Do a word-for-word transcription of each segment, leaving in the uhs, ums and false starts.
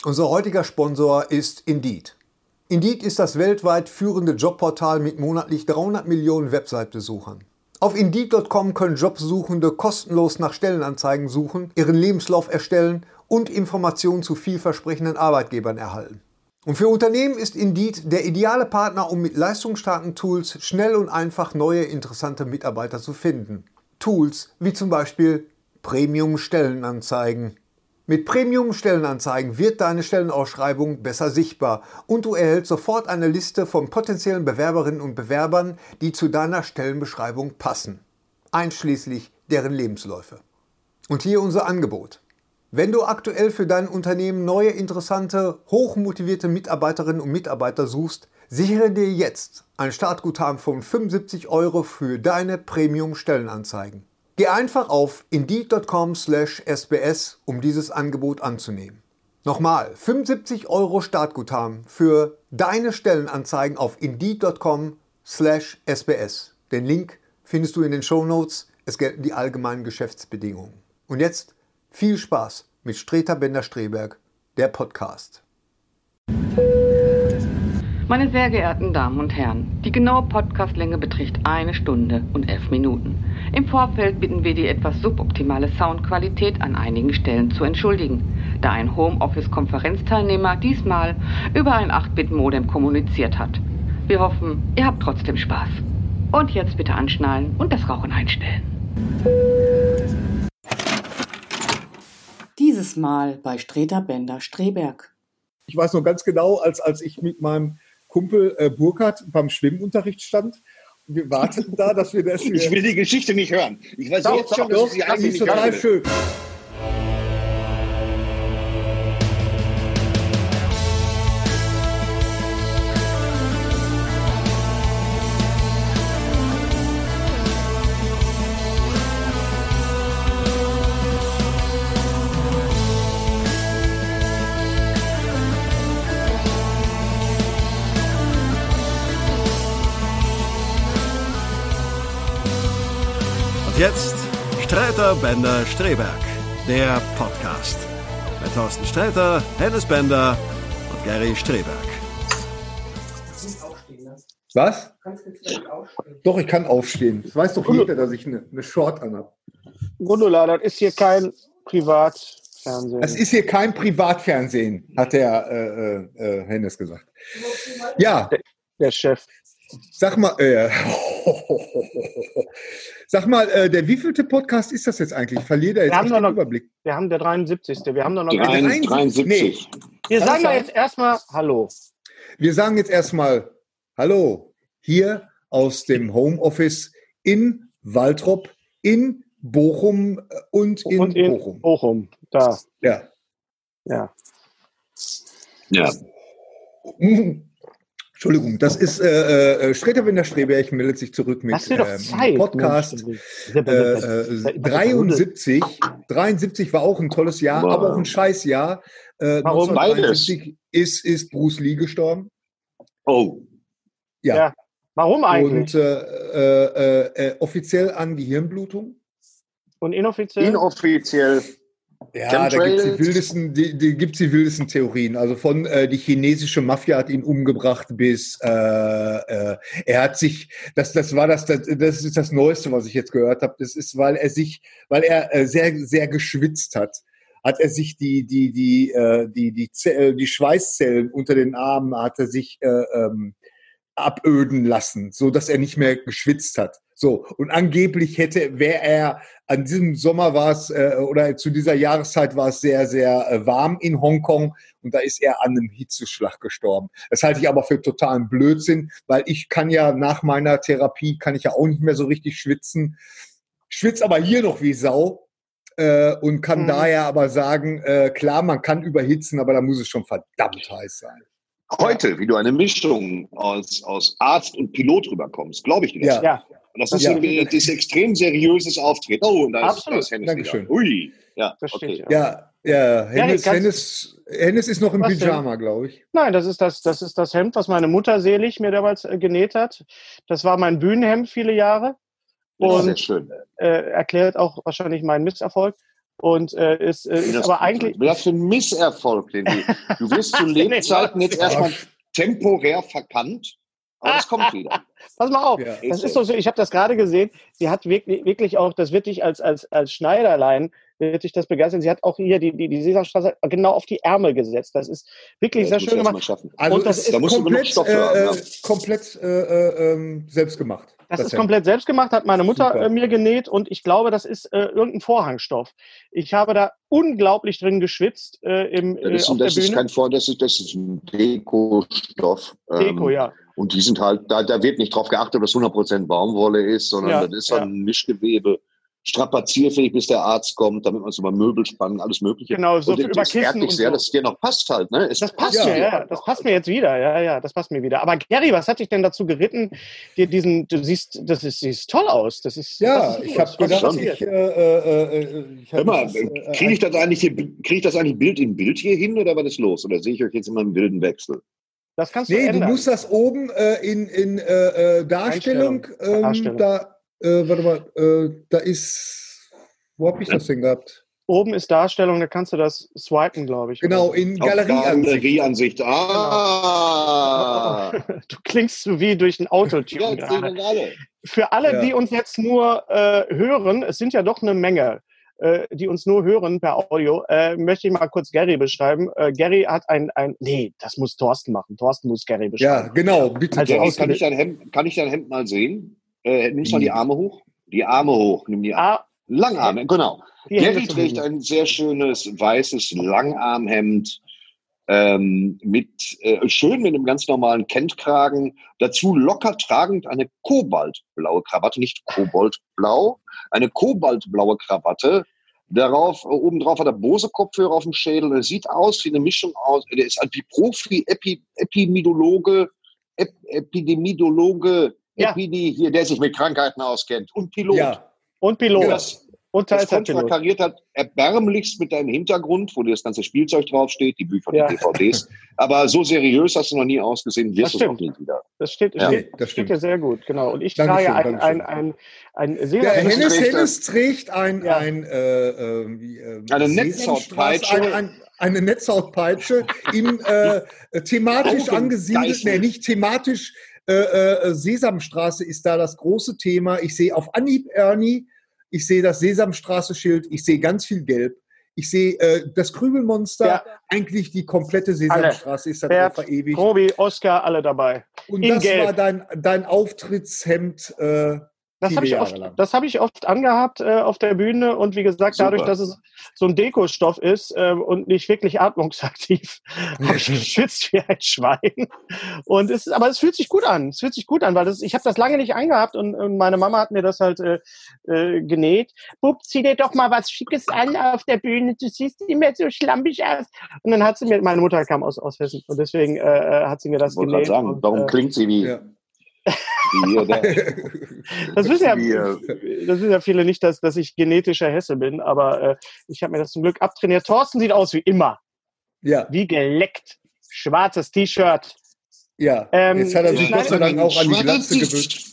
Unser heutiger Sponsor ist Indeed. Indeed ist das weltweit führende Jobportal mit monatlich dreihundert Millionen Website-Besuchern. Auf Indeed Punkt com können Jobsuchende kostenlos nach Stellenanzeigen suchen, ihren Lebenslauf erstellen und Informationen zu vielversprechenden Arbeitgebern erhalten. Und für Unternehmen ist Indeed der ideale Partner, um mit leistungsstarken Tools schnell und einfach neue, interessante Mitarbeiter zu finden. Tools wie zum Beispiel Premium-Stellenanzeigen. Mit Premium-Stellenanzeigen wird deine Stellenausschreibung besser sichtbar und du erhältst sofort eine Liste von potenziellen Bewerberinnen und Bewerbern, die zu deiner Stellenbeschreibung passen, einschließlich deren Lebensläufe. Und hier unser Angebot. Wenn du aktuell für dein Unternehmen neue, interessante, hochmotivierte Mitarbeiterinnen und Mitarbeiter suchst, sichere dir jetzt ein Startguthaben von fünfundsiebzig Euro für deine Premium-Stellenanzeigen. Geh einfach auf Indeed Punkt com slash S B S, um dieses Angebot anzunehmen. Nochmal, fünfundsiebzig Euro Startguthaben für deine Stellenanzeigen auf Indeed Punkt com slash S B S. Den Link findest du in den Shownotes. Es gelten die allgemeinen Geschäftsbedingungen. Und jetzt viel Spaß mit Streter Bender-Streberg, der Podcast. Meine sehr geehrten Damen und Herren, die genaue Podcastlänge beträgt eine Stunde und elf Minuten. Im Vorfeld bitten wir die etwas suboptimale Soundqualität an einigen Stellen zu entschuldigen, da ein Homeoffice-Konferenzteilnehmer diesmal über ein acht Bit Modem kommuniziert hat. Wir hoffen, ihr habt trotzdem Spaß. Und jetzt bitte anschnallen und das Rauchen einstellen. Dieses Mal bei Streter Bender-Streberg. Ich weiß noch ganz genau, als, als ich mit meinem Kumpel äh, Burkhard beim Schwimmunterricht stand. Und wir warteten da, dass wir das... Ich will die Geschichte nicht hören. Ich weiß doch, jetzt schon, doch, dass ich sie das eigentlich ist nicht total hören schön. Jetzt Streter Bender-Streberg, der Podcast. Mit Thorsten Sträter, Hennes Bender und Gary Streberg. Was? Doch, ich kann aufstehen. Das weiß doch jeder, dass ich eine, eine Short anhabe. Gundula, das ist hier kein Privatfernsehen. Das ist hier kein Privatfernsehen, hat der äh, äh, Hennes gesagt. Ja. Der, der Chef. Sag mal, äh, sag mal, äh, der wievielte Podcast ist das jetzt eigentlich? Ich verliere da jetzt echt den noch, Überblick. Wir haben der dreiundsiebzigste Wir haben da noch dreiundsiebzig. dreiundsiebzig. Nee. Wir Kann sagen das ja jetzt erstmal Hallo. Wir sagen jetzt erstmal Hallo, hier aus dem Homeoffice in Waltrop, in Bochum und in, und in Bochum. Bochum, da. Ja. Ja. Ja. Entschuldigung, das ist äh, äh, Streter Bender-Streberg meldet sich zurück mit ähm, Zeit, Podcast äh, äh, dreiundsiebzig. dreiundsiebzig war auch ein tolles Jahr, wow. aber auch ein Scheißjahr. Äh, Warum? neunzehnhundertdreiundsiebzig ist, ist Bruce Lee gestorben. Oh. Ja. ja. Warum eigentlich? Und äh, äh, äh, offiziell an Gehirnblutung. Und inoffiziell? Inoffiziell. Ja, da gibt es die wildesten, die, die, gibt's die wildesten Theorien. Also von äh, die chinesische Mafia hat ihn umgebracht bis äh, äh, er hat sich, das, das war das, das, das ist das Neueste, was ich jetzt gehört habe. Das ist, weil er sich, weil er äh, sehr, sehr geschwitzt hat, hat er sich die, die, die, äh, die, die, die, die Schweißzellen unter den Armen hat er sich äh, ähm, aböden lassen, so dass er nicht mehr geschwitzt hat. So, und angeblich hätte, wäre er, an diesem Sommer war es, äh, oder zu dieser Jahreszeit war es sehr, sehr äh, warm in Hongkong und da ist er an einem Hitzeschlag gestorben. Das halte ich aber für totalen Blödsinn, weil ich kann ja nach meiner Therapie, kann ich ja auch nicht mehr so richtig schwitzen. Schwitze aber hier noch wie Sau äh, und kann mhm. daher aber sagen, äh, klar, man kann überhitzen, aber da muss es schon verdammt heiß sein. Heute, wie du eine Mischung aus, aus Arzt und Pilot rüberkommst, glaube ich dir das. Ja. ja. Und das ist, ja. ein, das ist extrem seriöses Auftreten. Oh, und da ist, da ist Hennes Dankeschön. wieder. Ui. Ja, das okay. Ja, ja, Hennes, ja Hennes, Hennes ist noch im was Pyjama, glaube ich. Nein, das ist das, das ist das Hemd, was meine Mutter selig mir damals äh, genäht hat. Das war mein Bühnenhemd viele Jahre. Und sehr schön. Äh, erklärt auch wahrscheinlich meinen Misserfolg. Und äh, ist, äh, ist aber eigentlich... Das für ein Misserfolg, den du... Du wirst zu Lebzeiten jetzt erstmal temporär verkannt, aber das kommt wieder. Pass mal auf, Ja. das ist doch so, ich habe das gerade gesehen, sie hat wirklich, wirklich auch, das wird dich als, als, als Schneiderlein, wird dich das begeistern, sie hat auch hier die, die, die Sesamstraße genau auf die Ärmel gesetzt. Das ist wirklich Ja, sehr schön gemacht. Also Und das es ist ist komplett, haben, äh, ja. komplett äh, äh, selbst gemacht. Das, das ist Hemd. komplett selbst gemacht, hat meine Mutter Super. äh, mir genäht und ich glaube, das ist äh, irgendein Vorhangstoff. Ich habe da unglaublich drin geschwitzt äh, im, Ja, das, äh, auf das der ist Bühne. kein Vor, das ist, das ist ein Dekostoff. Deko, ähm, ja. Und die sind halt, da, da wird nicht drauf geachtet, ob das hundert Prozent Baumwolle ist, sondern Ja, das ist ja. halt ein Mischgewebe, strapazierfähig, bis der Arzt kommt, damit man es über Möbel spannen, alles Mögliche. Genau, so und über das ehrt Kissen mich und sehr, so. dass es dir noch passt halt. Ne? Es Das passt Ja. mir, dir ja, halt das noch. passt mir jetzt wieder, ja, ja, das passt mir wieder. Aber Gary, was hat dich denn dazu geritten, dir diesen, du siehst, das ist, siehst toll aus, das ist, Ja, was ist ich los? habe Was gedacht, passiert? ich, äh, äh, äh, ich Hör hab mal, das, äh, kriege ich das eigentlich hier, kriege ich das eigentlich Bild in Bild hier hin oder was ist los? Oder sehe ich euch jetzt immer im wilden Wechsel? Das kannst du Nee, du ändern. musst das oben äh, in, in äh, äh, Darstellung, Einstellung. ähm, Darstellung. da, äh, warte mal, äh, da ist, wo habe ich das denn gehabt? Oben ist Darstellung, da kannst du das swipen, glaube ich. Genau, oder so. in Auf Galerieansicht. Galerieansicht. Ah! Du klingst so wie durch ein Autotune Ja, das sehen gerade. wir alle. Für alle, Ja. die uns jetzt nur äh, hören, es sind ja doch eine Menge, äh, die uns nur hören per Audio, äh, möchte ich mal kurz Gary beschreiben. Äh, Gary hat ein, ein, nee, das muss Thorsten machen. Thorsten muss Gary Ja, beschreiben. genau, bitte. Als Jerry, Aus- kann ich dein Hemd, kann ich dein Hemd mal sehen? Äh, nimmst mal Wie? die Arme hoch? Die Arme hoch, nimm die Arme. Ah, Langarme, genau. die Hände Gary zu trägt bilden. ein sehr schönes weißes Langarmhemd ähm, mit äh, schön mit einem ganz normalen Kentkragen. Dazu locker tragend eine kobaltblaue Krawatte, nicht koboldblau, eine kobaltblaue Krawatte. Darauf, äh, obendrauf hat er Bose-Kopfhörer auf dem Schädel. Er sieht aus wie eine Mischung aus, der ist halt wie Profi-Epidemiologe, Ep Epidemiologe, Ja. Epidi, hier, der sich mit Krankheiten auskennt und Pilot. Ja, Und Pilot. Das, Und das Teilzeitpilot. konterkariert hat erbärmlichst mit deinem Hintergrund, wo dir das ganze Spielzeug draufsteht, die Bücher, Ja. die D V Ds. Aber so seriös hast du noch nie ausgesehen, wirst Das du es auch stimmt. nie wieder. Das steht, Ja. steht, Das steht stimmt. ja sehr gut, genau. Und ich Dankeschön, trage ein, ein, Dankeschön. ein, ein der sehr Hennes Hennes trägt Hennes trägt ein, Ja. ein äh, äh, wie, äh, Eine Sesamstraße, Netzhautpeitsche. Ein, ein, eine Netzhautpeitsche im äh, thematisch Augen angesiedelt, geißeln. nee, nicht thematisch, äh, äh, Sesamstraße ist da das große Thema. Ich sehe auf Anhieb Ernie, ich sehe das Sesamstraße-Schild, ich sehe ganz viel Gelb. Ich sehe äh, das Krümelmonster, Ja. eigentlich die komplette Sesamstraße ist da drauf Bert, verewigt. Tobi, Oscar, alle dabei. Und in das Gelb. war dein, dein Auftrittshemd äh, Das viele habe ich, Jahre oft- lang. das hab ich oft angehabt äh, auf der Bühne und wie gesagt, Super. dadurch, dass es so ein Dekostoff ist äh, und nicht wirklich atmungsaktiv, habe ich geschwitzt wie ein Schwein. Und es ist, aber es fühlt sich gut an. Es fühlt sich gut an, weil das, ich habe das lange nicht angehabt und, und meine Mama hat mir das halt äh, äh, genäht. Bub, zieh dir doch mal was Schickes an auf der Bühne. Du siehst immer so schlampig aus. Und dann hat sie mir, meine Mutter kam aus, aus Hessen und deswegen äh, hat sie mir das Ich wollte gerade genäht. sagen, und, warum äh, klingt sie wie, Ja. wie hier der, Das wissen ja, wie, äh, das wissen ja viele nicht, dass, dass ich genetischer Hesse bin, aber äh, ich habe mir das zum Glück abtrainiert. Thorsten sieht aus wie immer, Ja, wie geleckt. Schwarzes T-Shirt. ja. Ähm, Jetzt hat er sich ich Gott sei Dank auch an die Glatze schwarzes gewöhnt.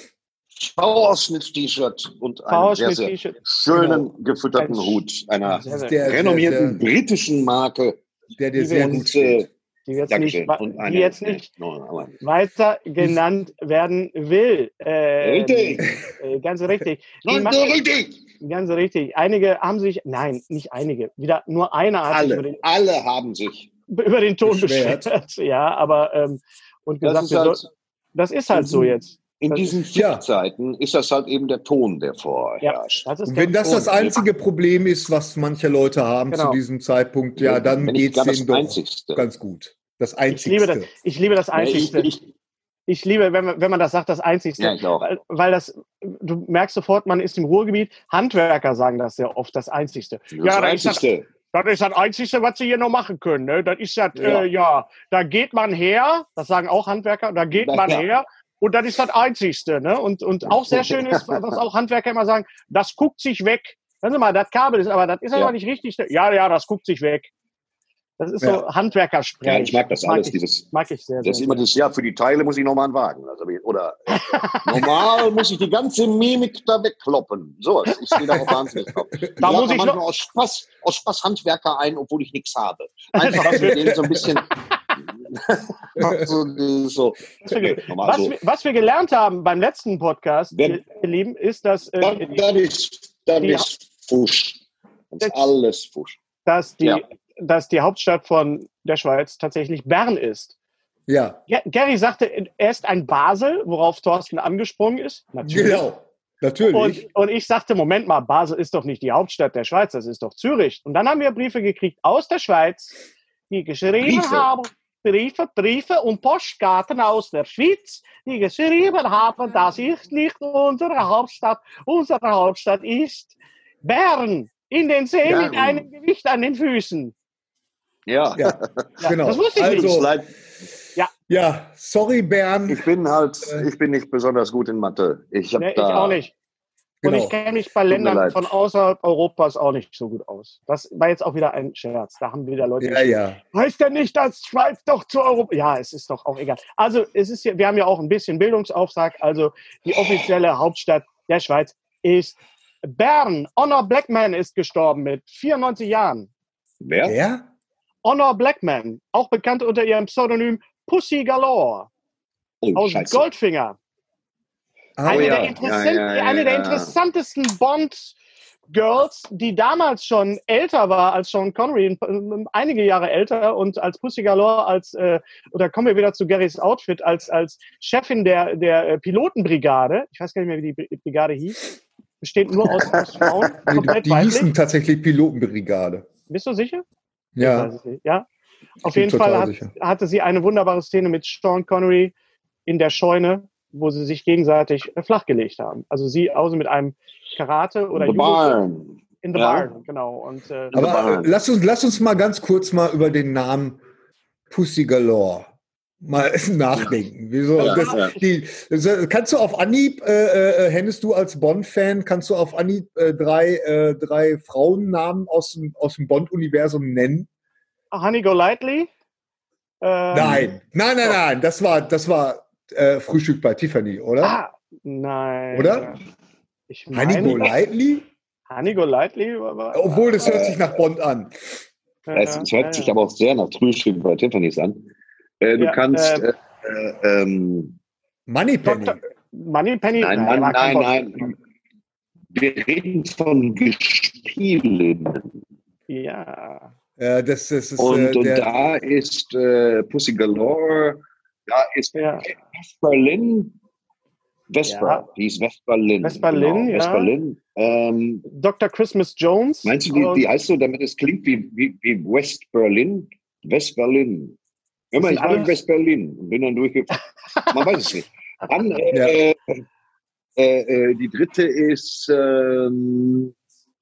V-Ausschnitt-T-Shirt und einen sehr, sehr V-Ausschnitt-T-Shirt. schönen gefütterten Ein- Hut einer Sehr, sehr, Der, renommierten der, britischen Marke. der dir Die sehr wir gut Und steht. äh, die jetzt Dankeschön. nicht, wa- Und die eine, jetzt nicht no, aber- weiter genannt werden will. Ähm, Richtig. Äh, ganz richtig. Die Nein, macht- richtig. Ganz richtig. Einige haben sich, nein, nicht einige, wieder nur einer hat sich über Alle, den, alle haben sich. über den Ton Beschwert. beschwert. Ja, aber ähm, und Das gesagt, ist wir halt, soll, das ist halt so jetzt. in Das diesen ja. Fickzeiten ist das halt eben der Ton, der vorherrscht. Das ist Und der wenn das Ton. das einzige Problem ist, was manche Leute haben Genau. zu diesem Zeitpunkt, ja, dann Wenn nicht geht's gar das denen doch Einzigste. ganz gut. Das Ich Einzigste. liebe das, ich liebe das Ja, ich, Einzigste. ich, Ich liebe, wenn man, wenn man das sagt, das Einzigste. Ja, ich auch. Weil, weil das, du merkst sofort, man ist im Ruhrgebiet. Handwerker sagen das sehr oft, das Einzigste. das Ja, das ist das, Einzigste. das ist das Einzigste, was sie hier noch machen können. Ne? Das ist das, Ja. Äh, ja, da geht man her, das sagen auch Handwerker, da geht Na man ja. her und das ist das Einzigste. Ne? Und, und auch sehr schön ist, was auch Handwerker immer sagen, das guckt sich weg. Hören Sie mal, das Kabel ist, aber das ist Ja. aber nicht richtig. Ja, ja, das guckt sich weg. Das ist Ja. so Handwerkersprech. Ja, ich mag das alles, ich, dieses- Mag ich sehr, Das ist sehr. immer das, ja, für die Teile muss ich nochmal einen Wagen. Also, oder äh, normal muss ich die ganze Mimik da wegkloppen. Sowas. Ich stehe da auch wahnsinnig drauf. Ich Da lade muss ich manchmal noch- aus Spaß, aus Spaß Handwerker ein, obwohl ich nichts habe. Einfach mit denen so ein bisschen. so, so. Was wir, Nee, normal was, so. wir, was wir gelernt haben beim letzten Podcast, Wer- ihr ihr Lieben, ist, dass, äh, Das, das ist, das die- ist Fusch. Das ist alles Fusch. dass, die, Ja. dass die Hauptstadt von der Schweiz tatsächlich Bern ist. Ja, Ge- Gary sagte, er ist ein Basel, worauf Thorsten angesprungen ist. Natürlich. genau. Natürlich. Und, und ich sagte, Moment mal, Basel ist doch nicht die Hauptstadt der Schweiz, das ist doch Zürich. Und dann haben wir Briefe gekriegt aus der Schweiz, die geschrieben Briefe? haben, Briefe, Briefe und Postkarten aus der Schweiz, die geschrieben haben, das ist nicht unsere Hauptstadt. Unsere Hauptstadt ist Bern, in den See Bern. mit einem Gewicht an den Füßen. Ja. Ja, Ja, genau. Das wusste ich Also- nicht. Leid. ja, sorry, Bern. Ich bin halt, ich bin nicht besonders gut in Mathe. Ich habe Nee, ich da. auch nicht. Und Genau. ich kenne mich bei mir Ländern leid. von außerhalb Europas auch nicht so gut aus. Das war jetzt auch wieder ein Scherz. Da haben wieder Leute. Ja, ja. Heißt ja nicht, dass Schweiz doch zu Europa. Ja, es ist doch auch egal. Also, es ist ja, wir haben ja auch ein bisschen Bildungsauftrag. Also, die offizielle Hauptstadt der Schweiz ist Bern. Honor Blackman ist gestorben mit vierundneunzig Jahren. Wer? Wer? Honor Blackman, auch bekannt unter ihrem Pseudonym Pussy Galore Oh, aus Scheiße. Goldfinger. Ah, Eine, ja. der, interessant, Ja, ja, ja, eine der ja. interessantesten Bond-Girls, die damals schon älter war als Sean Connery, äh, einige Jahre älter, und als Pussy Galore, als, äh, oder kommen wir wieder zu Garys Outfit, als, als Chefin der, der äh, Pilotenbrigade, ich weiß gar nicht mehr, wie die Brigade hieß, besteht nur aus, aus Frauen, Die, komplett die weiblich. hießen tatsächlich Pilotenbrigade. Bist du sicher? Ja, Weiß ich nicht. Ja. Auf bin jeden total Fall hat, sicher. hatte sie eine wunderbare Szene mit Sean Connery in der Scheune, wo sie sich gegenseitig äh, flachgelegt haben. Also sie außen mit einem Karate oder The Judo- Barn. in the Ja. Barn, genau. Und äh, aber Bahn. äh, lass uns, lass uns mal ganz kurz mal über den Namen Pussy Galore mal nachdenken. Wieso? Ja, das, ja. Die, das, kannst du auf Anhieb, äh, äh, Hennes, du als Bond-Fan, kannst du auf Anhieb äh, drei, äh, drei Frauennamen aus dem, aus dem Bond-Universum nennen? Honey Golightly. Ähm, Nein, nein, nein, nein, das war, das war äh, Frühstück bei Tiffany, oder? Ah, nein. Oder? Ich Honey meine, Golightly? Honey Golightly. war- war- Obwohl, das hört sich nach Bond an. Ja, Es, es hört ja, sich ja. aber auch sehr nach Frühstück bei Tiffany's an. Äh, du Ja, kannst. äh, Äh, äh, ähm, Moneypenny. Doktor Moneypenny? nein, Nein, Mann, war kein nein, Bond. nein. Wir reden von Gespielinnen. Ja. Ja, das, das ist Und, äh, und der, da ist äh, Pussy Galore, da ist Ja. West-Berlin. Vesper, Ja. die ist West-Berlin. West-Berlin, genau, ja. West-Berlin. Ähm, Doktor Christmas Jones. meinst du, die, Und- die heißt so, damit es klingt wie, wie, wie West-Berlin? West-Berlin. Immer, sind ich war in alles- West-Berlin und bin dann durchgefahren. Man weiß es nicht. Dann, äh, äh, äh, die dritte ist, ähm,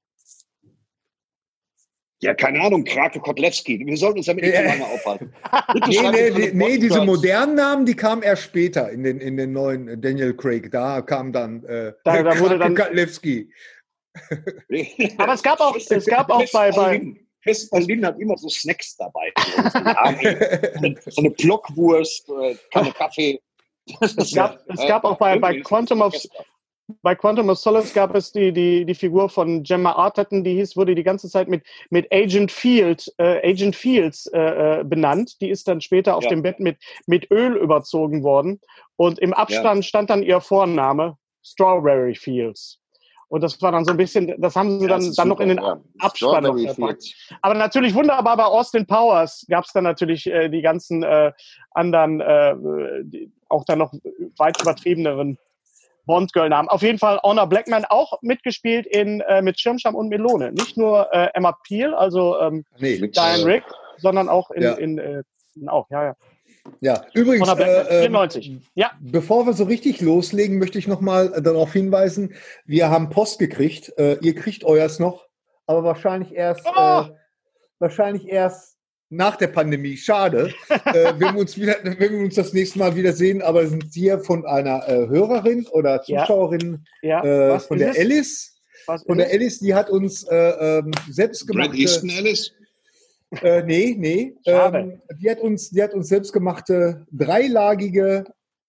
ja, keine Ahnung, Krake Kotlewski. Wir sollten uns damit nicht Ja. so lange aufhalten. Bitte Nee, schreibt nee, uns eine nee, nee, diese Podcast. modernen Namen, die kamen erst später in den, in den neuen Daniel Craig. Da kam dann äh, Da- da wurde dann- Katlewski. Aber es gab auch- es gab auch bei- bei- West-Berlin hat immer so Snacks dabei. So eine Blockwurst, äh, Kanne Kaffee. Es gab, es gab auch bei, bei Quantum of Bei Quantum of Solace gab es die, die, die Figur von Gemma Arterton, die hieß, wurde die ganze Zeit mit, mit Agent Field, äh, Agent Fields äh, benannt. Die ist dann später auf Ja. dem Bett mit, mit Öl überzogen worden. Und im Abstand Ja. stand dann ihr Vorname, Strawberry Fields. Und das war dann so ein bisschen, das haben sie Ja, dann, das ist dann noch in den super, ja. Abspann noch Strawberry verpackt. Fields. Aber natürlich wunderbar bei Austin Powers gab es dann natürlich äh, die ganzen äh, anderen, äh, die, auch dann noch weit übertriebeneren Bond-Girl-Namen. Auf jeden Fall Honor Blackman auch mitgespielt in äh, mit Schirmscham und Melone. Nicht nur äh, Emma Peel, also ähm, Nee, Mit, Diane äh, Rick, sondern auch in, Ja. in äh, auch, ja, ja. ja. Übrigens, Honor Blackman, äh, äh, vierundneunzig. Ja, bevor wir so richtig loslegen, möchte ich nochmal darauf hinweisen, wir haben Post gekriegt. Äh, ihr kriegt euers noch, aber wahrscheinlich erst, Oh! äh, wahrscheinlich erst nach der Pandemie. Schade. äh, wenn, wir uns wieder, wenn wir uns das nächste Mal wiedersehen, aber sind hier von einer äh, Hörerin oder Ja. Zuschauerin ja. äh, Was von ist der es? Alice. Was Von ist der es? Alice, die hat uns äh, ähm, Brad selbstgemachte... Easton Alice? Äh, nee, nee. Ähm, die hat uns, die hat uns selbstgemachte dreilagige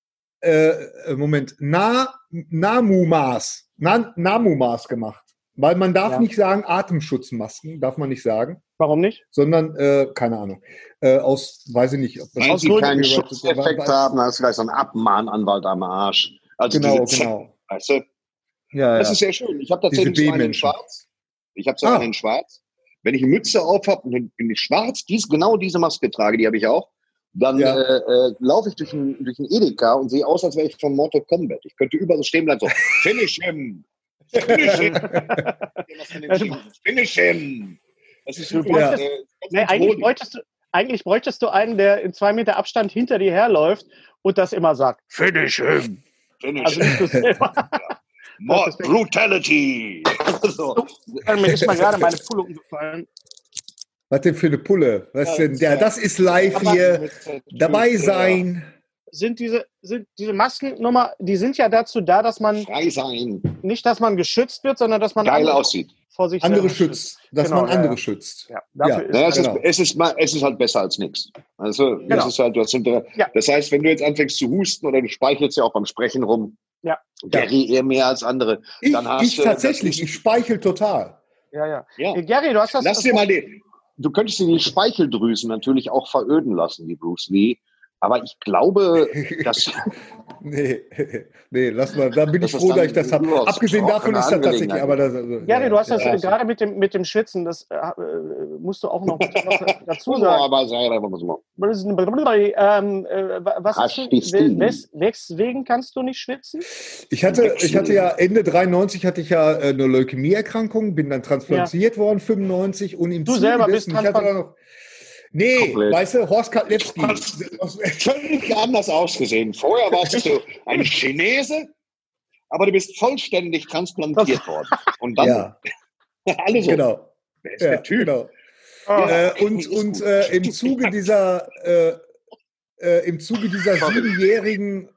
äh, Moment, Na, Namu-Maß, Na, Namu-Maß gemacht. Weil man darf Ja. nicht sagen Atemschutzmasken, darf man nicht sagen, Warum nicht? sondern, äh, keine Ahnung, äh, aus, weiß ich nicht, ob das Weil sie Gründen- keinen Gründen- Schutzeffekt haben, hast du gleich so einen Abmahnanwalt am Arsch. Also Genau, diese genau. Weißt du? Ja, Das ja. ist sehr schön. Ich habe tatsächlich Diese so einen in B-Menschen. schwarz. Ich habe so Ah. einen in schwarz. Wenn ich eine Mütze auf habe und in, in schwarz dies, genau diese Maske trage, die habe ich auch, dann Ja. äh, äh, laufe ich durch einen durch ein Edeka und sehe aus, als wäre ich von Mortal Kombat. Ich könnte überall stehen bleiben, so, finish him! Finish him! Finish him! Das ist super. Ja. Äh, Nee, eigentlich, wohl. bräuchtest du, eigentlich bräuchtest du einen, der in zwei Meter Abstand hinter dir herläuft und das immer sagt. Finish him! Finish Also nicht du selber. More brutality! So. Mir ist mal gerade meine Pulle umgefallen. Was denn für eine Pulle? Was Ja, denn? Ja, das ist live Aber- hier. Dabei sein. Sind diese, sind diese Maskennummer, die sind ja dazu da, dass man Frei sein. nicht, dass man geschützt wird, sondern dass man Geil andere aussieht. vor sich Andere selber schützt. Dass Genau, man ja, andere ja. schützt. Ja, dafür Ja. ist Ja, es, Genau. ist, es, ist, mal- es ist halt besser als nichts. Also, Genau. das ist halt, das, sind, Ja. das heißt, wenn du jetzt anfängst zu husten oder du speichelst ja auch beim Sprechen rum, Ja. Gary eher mehr als andere, Ich, dann hast ich du. tatsächlich, das ist- ich speichel total. Ja, ja. Ja. Äh, Gary, du hast das. Lass dir mal die, du könntest dir die Speicheldrüsen natürlich auch veröden lassen, wie Bruce Lee. Aber ich glaube, dass. Nee, nee, lass mal. Da bin Das ich ist froh, dann dass ich das habe. nur aus Abgesehen davon trockener ist das tatsächlich, Angelegenheit. aber das. Also, Gary, du hast das ja, äh, gerade mit dem, mit dem Schwitzen, das äh, äh, musst du auch noch, noch dazu sagen. Aber sei einfach mal so. Ähm, äh, was Hast ist, die Stil. wes, weswegen kannst du nicht schwitzen? Ich hatte, ich hatte ja Ende dreiundneunzig hatte ich ja äh, eine Leukämieerkrankung, bin dann transplantiert worden, fünfundneunzig und im Du Zuge selber bist dessen, ich hatte transplant- da noch, nee, Komplett. weißt du, Horst Katlewski. Völlig anders ausgesehen. Vorher warst du ein Chinese, aber du bist vollständig transplantiert worden. Und dann Ja, alle so. genau. Wer ist Ja, der Typ? genau. Ja, Äh, und ist und gut. äh, im Zuge dieser äh, äh, im Zuge dieser siebenjährigen.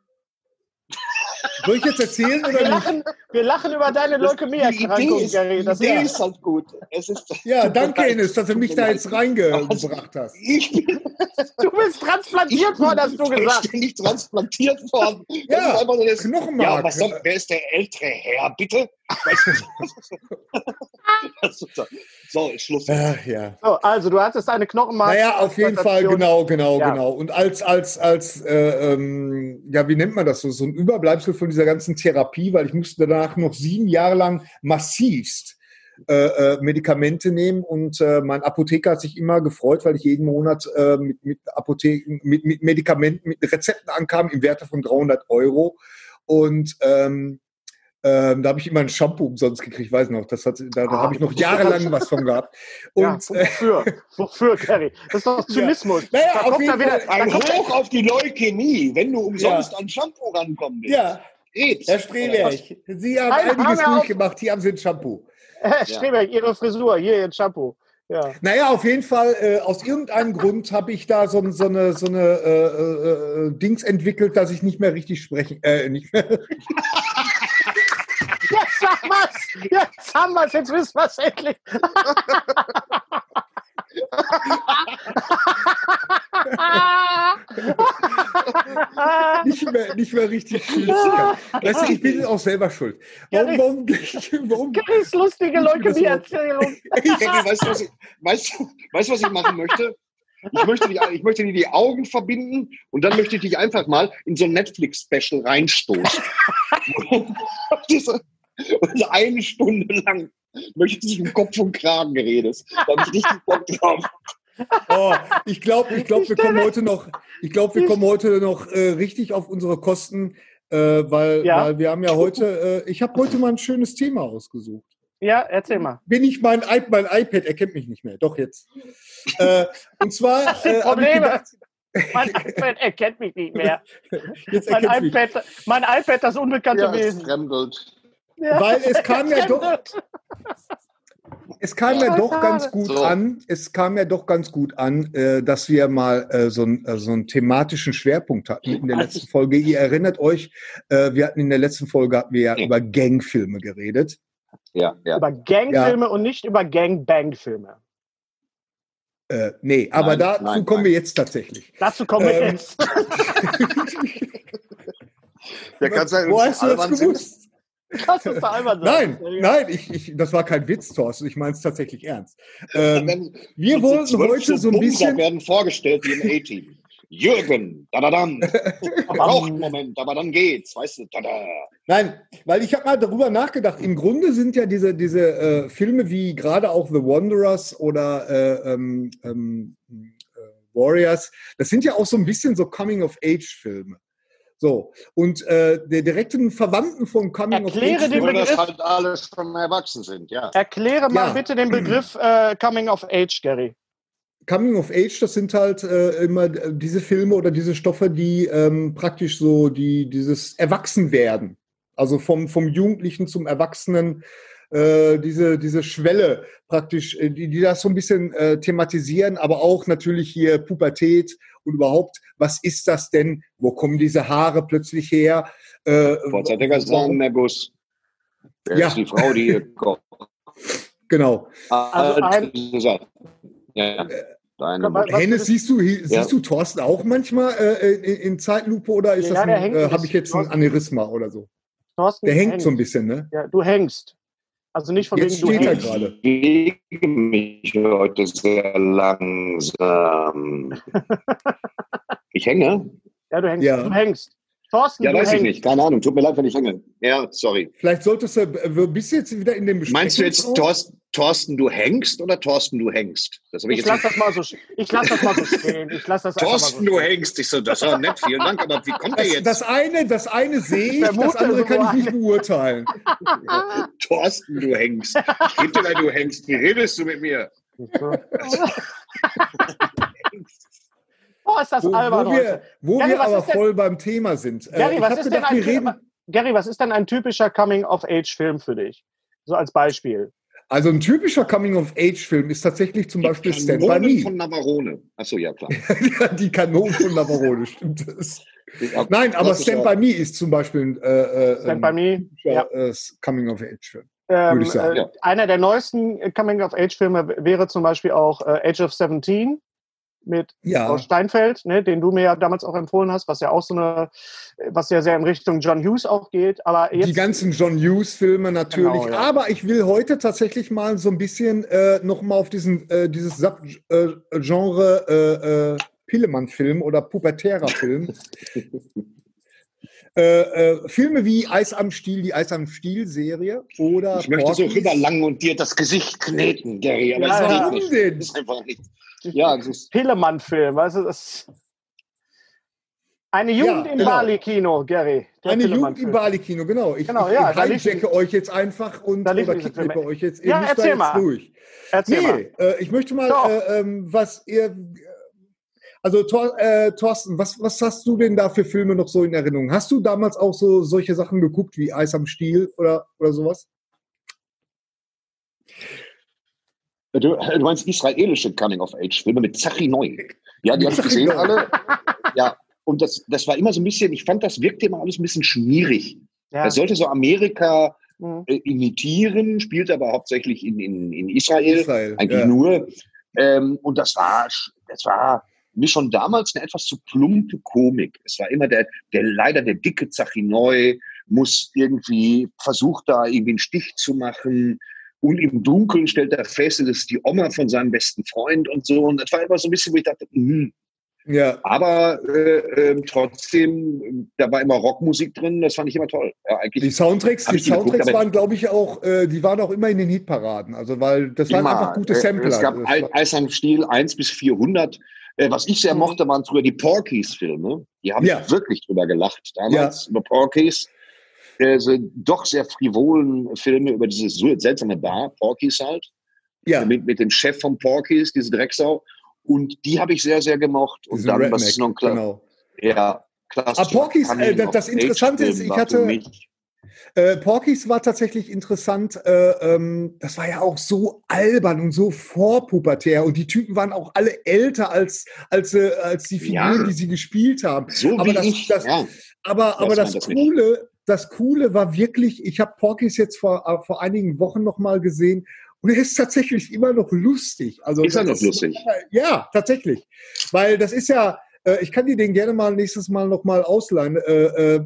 Soll ich jetzt erzählen Wir oder nicht? lachen, wir lachen über deine Das- Leukämie-Erkrankung, die Idee ist, Gary. die Das Idee ist, ist halt gut. Es ist, Ja, danke, Tut mir Ines, dass du leid. mich Tut da mir jetzt leid. reingebracht hast. Ich bin, du bist transplantiert worden, hast du gesagt. vollständig transplantiert worden. Das Ja, ist einfach so das, Knochenmark. ja, was soll, wer ist der ältere Herr, bitte? Weißt du, das ist so, so, Schluss. Ach ja. So, also, du hattest eine Knochenmark. Naja, auf jeden Fall, genau, genau, Ja. genau. Und als, als, als, äh, ähm, ja, wie nennt man das so, so ein Überbleibsel von dieser ganzen Therapie, weil ich musste danach noch sieben Jahre lang massivst äh, äh, Medikamente nehmen und äh, mein Apotheker hat sich immer gefreut, weil ich jeden Monat äh, mit, mit Apotheken, mit, mit Medikamenten, mit Rezepten ankam im Werte von dreihundert Euro und ähm, ähm, da habe ich immer ein Shampoo umsonst gekriegt, weiß noch. Das hat, da, da habe ich noch jahrelang was von gehabt. Ja, Und äh, wofür? Wofür, Gary? Das ist doch Zynismus. Naja, Da auf kommt jeden er wieder, Fall. da Ein kommt er- Hoch auf die Leukämie, wenn du umsonst Ja. an Shampoo rankommen willst. ja, Krebs. Herr Streberg, Sie haben Nein, einiges hör mir auf. durchgemacht. Hier haben Sie ein Shampoo. Herr Streberg, Ihre Frisur, hier Ihr Shampoo. Ja. Naja, auf jeden Fall, äh, aus irgendeinem Grund habe ich da so, so eine, so eine äh, äh, äh, Dings entwickelt, dass ich nicht mehr richtig sprechen, äh, nicht mehr. Jetzt haben wir's! Jetzt haben wir's! Jetzt wissen wir's endlich! nicht mehr, nicht mehr richtig schützen kann. Weißt du, ich bin auch selber schuld. Warum, warum, warum, Garys lustige Leukämie-Erzählung. Gary, weißt du, was ich, weißt, du- weißt, du, was ich machen möchte? Ich möchte, die, ich möchte dir die Augen verbinden und dann möchte ich dich einfach mal in so ein Netflix-Special reinstoßen. Diese, und eine Stunde lang möchte ich im Kopf und Kragen geredet. Da habe ich richtig Bock drauf. Oh, ich glaube, ich glaub, wir kommen heute noch, ich glaube, wir kommen heute noch äh, richtig auf unsere Kosten, äh, weil, Ja. weil wir haben ja heute, äh, ich habe heute mal ein schönes Thema ausgesucht. Ja, erzähl mal. Bin ich mein, I- mein iPad erkennt mich nicht mehr, doch jetzt. äh, und zwar Das äh, sind hab ich Probleme. gedacht, Mein iPad erkennt mich nicht mehr. jetzt Mein erkennt's mich. iPad, mein iPad, das unbekannte Ja, es Wesen. fremdelt. Ja. Weil es kam ja doch, es kam ja doch schade. ganz gut So. an, es kam ja doch ganz gut an, äh, dass wir mal äh, so, ein, äh, so einen thematischen Schwerpunkt hatten in der letzten Folge. Ihr erinnert euch, äh, wir hatten in der letzten Folge hatten wir ja Ja. über Gangfilme geredet. Ja, ja. Über Gangfilme und nicht über Gangbang-Filme. Äh, nee, aber Nein, dazu nein, kommen nein. wir jetzt tatsächlich. Dazu kommen wir Ähm, jetzt. Der kann sein, Wo hast du das albern sind. gewusst? Lass uns da albern sein. Nein, nein, ich, ich, das war kein Witz, Thorsten. Ich meine es tatsächlich ernst. Ähm, Wenn- wir die wollten zwölf heute so ein Bumser bisschen. werden vorgestellt wie im A-Team. Jürgen, da da dann. Braucht einen Moment, aber dann geht's, weißt du, da da. Nein, weil ich habe mal darüber nachgedacht. Im Grunde sind ja diese, diese äh, Filme wie gerade auch The Wanderers oder äh, ähm, ähm, äh, Warriors, das sind ja auch so ein bisschen so Coming-of-Age-Filme. So, und äh, der direkten Verwandten vom Erkläre den Coming-of-Age-Film. Nur, dass Begriff- halt alle schon erwachsen sind, ja. Erkläre mal Ja. bitte den Begriff äh, Coming of Age, Gary. Coming of Age, das sind halt äh, immer diese Filme oder diese Stoffe, die ähm, praktisch so die dieses Erwachsenwerden, also vom vom Jugendlichen zum Erwachsenen, äh, diese diese Schwelle praktisch, äh, die die das so ein bisschen äh, thematisieren, aber auch natürlich hier Pubertät und überhaupt, was ist das denn? Wo kommen diese Haare plötzlich her? Äh, Vorzeitiger Samenerguss. Wer Ja. ist die Frau, die hier kocht? Genau. Also ein- ja, deine Was- Mutter. Hennes, siehst du, hi- Ja. siehst du Thorsten auch manchmal äh, in, in Zeitlupe oder ist Ja, das der ein, hängt äh, ein habe ich jetzt ein bisschen. Aneurysma oder so? Thorsten Der hängt so ein bisschen, ne? Ja, du hängst. Also nicht von Jetzt wegen, du steht er hängst. gerade. Ich bewege mich heute sehr langsam. Ich hänge? Ja, du hängst. Ja. Du hängst. Thorsten, Ja, du weiß hängst. ich nicht. Keine Ahnung. Tut mir leid, wenn ich hänge. Ja, sorry. Vielleicht solltest du, äh, bist du jetzt wieder in dem Meinst du jetzt Besprechungsraum? Thorsten, Thorsten, du hängst oder Thorsten, du hängst? Das habe ich Ich jetzt lasse das mal so, ich lass das mal so stehen. Ich lass das einfach Thorsten, mal so du stehen. hängst. Ich so, das war nett, vielen Dank. Aber wie kommt der Das, jetzt? das eine, das eine sehe ich, das vermute andere so kann ich nicht eine. beurteilen. Thorsten, du hängst. Ich geb dir, du hängst. Wie redest du mit mir? Oh, ist das Wo, albern wo wir, heute. wo Gary, wir was aber ist denn- voll beim Thema sind. Äh, Gary, ich was habe ist denn gedacht, ein wir reden. Gary, was ist denn ein typischer Coming-of-Age-Film für dich? So als Beispiel. Also ein typischer Coming-of-Age-Film ist tatsächlich zum Beispiel Stand By Kanonen Me. von Navarone. Achso, ja, klar. Die Kanonen von Navarone, stimmt das? Ja, Nein, aber das ist Stand ja- By Me ist zum Beispiel ein äh, äh, Stand by me. typischer, Ja. äh, Coming-of-Age-Film. Ähm, Würde ich sagen, äh, ja. Einer der neuesten äh, Coming-of-Age-Filme wäre zum Beispiel auch äh, Age of Seventeen mit Ja. Frau Steinfeld, ne, den du mir ja damals auch empfohlen hast, was ja auch so eine, was ja sehr in Richtung John Hughes auch geht. Aber jetzt, Die ganzen John Hughes-Filme natürlich. Genau, ja. Aber ich will heute tatsächlich mal so ein bisschen äh, nochmal auf diesen äh, dieses Sub-Genre äh, äh, Pillemann-Film oder pubertärer Film. äh, äh, Filme wie Eis am Stiel, die Eis am Stiel-Serie oder Ich möchte so Porky's. rüberlangen und dir das Gesicht kneten, Gary. Aber Ja, es ja. geht Warum nicht. denn? Das ist einfach nicht. Ja, das ist. Pillemann-Film, weißt du, das eine Jugend Ja, im genau. Bali-Kino, Gary. der Eine Jugend Pillemann-Film. im Bali-Kino, genau. Ich, Genau, ich, ja, ich da liefen- hijacke euch jetzt einfach und Da liefen oder diese kickflippe Filme. euch jetzt. Ihr Ja, müsst da erzähl jetzt mal. durch. Erzähl mal. Nee, äh, ich möchte mal, Doch. äh, ähm, was ihr, also Thor, äh, Thorsten, was, was hast du denn da für Filme noch so in Erinnerung? Hast du damals auch so solche Sachen geguckt wie Eis am Stiel oder, oder sowas? Du, du meinst israelische Coming-of-Age-Filme mit Zachi Neu. Ja, die Mit habe ich Zachi gesehen Neu. alle. Ja, und das, das war immer so ein bisschen, ich fand, das wirkte immer alles ein bisschen schmierig. Ja. Es sollte so Amerika Mhm. äh, imitieren, spielt aber hauptsächlich in, in, in Israel, Israel, eigentlich ja. nur. Ähm, und das war, sch- das war mir schon damals eine etwas zu plumpe Komik. Es war immer der, der leider der dicke Zachi Neu muss irgendwie, versucht da irgendwie einen Stich zu machen. Und im Dunkeln stellt er fest, das ist die Oma von seinem besten Freund und so. Und das war immer so ein bisschen, wo ich dachte, hm. Ja. Aber äh, äh, trotzdem, da war immer Rockmusik drin, das fand ich immer toll. Ja, eigentlich Die Soundtracks, hab die ich die geguckt, Soundtracks aber- waren, glaube ich, auch, äh, die waren auch immer in den Hitparaden. Also, weil das waren immer. einfach gute Äh, Sampler. Es gab Das Ei- war- Eis am Stiel eins bis vierhundert. Äh, was ich sehr Mhm. mochte, waren früher die Porky's-Filme. Die haben Ja. ich wirklich drüber gelacht damals, über Porky's. Äh, so doch sehr frivolen Filme über diese so seltsame Bar, Porky's halt. ja, Mit, mit dem Chef von Porky's, diese Drecksau. Und die habe ich sehr, sehr gemocht. Und diesen dann, was Redneck, ist noch ein klar, genau. ja, klassischer Ah, Porky's, äh, das- das Interessante ist, Coming-of-Age-Film ich war für hatte- mich- Äh, Porky's war tatsächlich interessant. Äh, ähm, das war ja auch so albern und so vorpubertär. Und die Typen waren auch alle älter als, als, äh, als die Figuren, Ja. die sie gespielt haben. So aber wie das, ich, das, ja. aber, aber das meint das nicht. Coole, das Coole war wirklich, ich habe Porky's jetzt vor, äh, vor einigen Wochen noch mal gesehen Und er ist tatsächlich immer noch lustig. Also ist er noch ist, lustig? Ja, tatsächlich. Weil das ist ja, äh, ich kann dir den gerne mal nächstes Mal nochmal ausleihen. Äh, äh,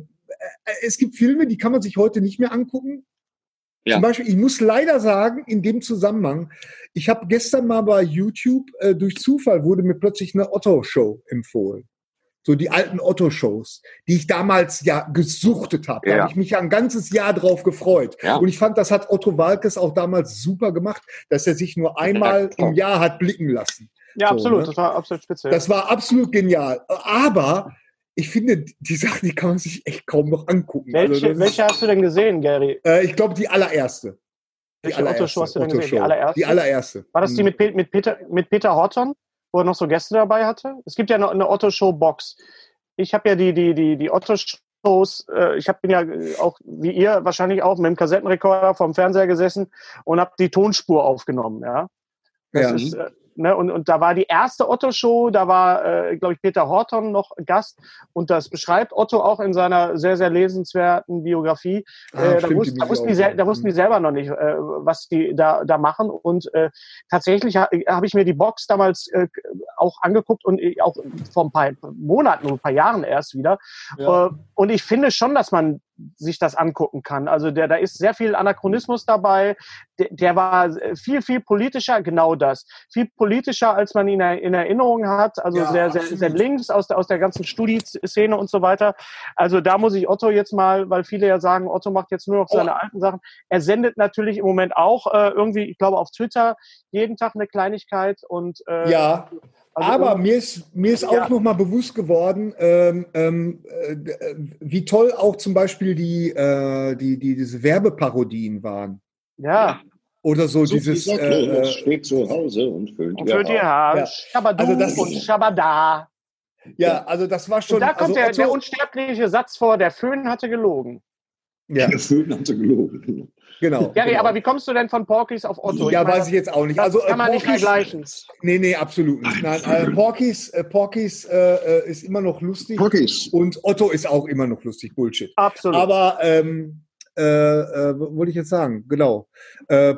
es gibt Filme, die kann man sich heute nicht mehr angucken. Ja. Zum Beispiel, ich muss leider sagen, in dem Zusammenhang, ich habe gestern mal bei YouTube, äh, durch Zufall wurde mir plötzlich eine Otto-Show empfohlen. So die alten Otto-Shows, die ich damals ja gesuchtet habe. Da ja. habe ich mich ja ein ganzes Jahr drauf gefreut. Ja. Und ich fand, das hat Otto Waalkes auch damals super gemacht, dass er sich nur einmal ja, im Jahr hat blicken lassen. Ja, so, absolut. Ne? Das war absolut speziell. Das war absolut genial. Aber ich finde, die Sachen, die kann man sich echt kaum noch angucken. Welche, also welche hast du denn gesehen, Gary? Äh, ich glaube, die allererste. Die welche Otto-Show hast du denn gesehen? Die allererste? Die allererste. War das die mit, mit, Peter, mit Peter Horton? Wo er noch so Gäste dabei hatte. Es gibt ja noch eine Otto-Show-Box. Ich habe ja die, die, die, die Otto-Shows, äh, ich hab, bin ja auch, wie ihr wahrscheinlich auch, mit dem Kassettenrekorder vorm Fernseher gesessen und habe die Tonspur aufgenommen. Ja. Das ja. ist, äh, ne, und, und da war die erste Otto-Show, da war, äh, glaube ich, Peter Horton noch Gast und das beschreibt Otto auch in seiner sehr, sehr lesenswerten Biografie. Ah, äh, da, wussten, da, wussten die, da wussten die selber noch nicht, äh, was die da, da machen und äh, tatsächlich ha, habe ich mir die Box damals äh, auch angeguckt und auch vor ein paar Monaten, ein paar Jahren erst wieder. Ja. Äh, und ich finde schon, dass man sich das angucken kann. Also der, da ist sehr viel Anachronismus dabei. Der, der war viel, viel politischer, genau das. Viel politischer, als man ihn in Erinnerung hat. Also ja, sehr, sehr, sehr links aus der, aus der ganzen Studi-Szene und so weiter. Also da muss ich Otto jetzt mal, weil viele ja sagen, Otto macht jetzt nur noch seine oh. alten Sachen. Er sendet natürlich im Moment auch äh, irgendwie, ich glaube auf Twitter, jeden Tag eine Kleinigkeit und äh, ja. Also aber mir ist, mir ist auch ja. noch mal bewusst geworden, ähm, ähm, äh, wie toll auch zum Beispiel die, äh, die, die diese Werbeparodien waren. Ja. Oder so, so dieses... Äh, äh, steht zu Hause und füllt und füllt ihr Haar. Ja. Schabadu also das, und Schabada. Ja, also das war schon... Und da kommt also der, der unsterbliche Satz vor, der Föhn hatte gelogen. Ja. Der Föhn hatte gelogen. Genau. Gary, genau. aber wie kommst du denn von Porkys auf Otto? Ja, ich meine, weiß ich jetzt auch nicht. Das also, kann man Porkys, nicht vergleichen. Nee, nee, absolut nicht. Nein, äh, Porkys, äh, Porkys äh, ist immer noch lustig. Porkys. Und Otto ist auch immer noch lustig. Bullshit. Absolut. Aber, ähm, äh, äh, was wollte ich jetzt sagen? Genau. Äh,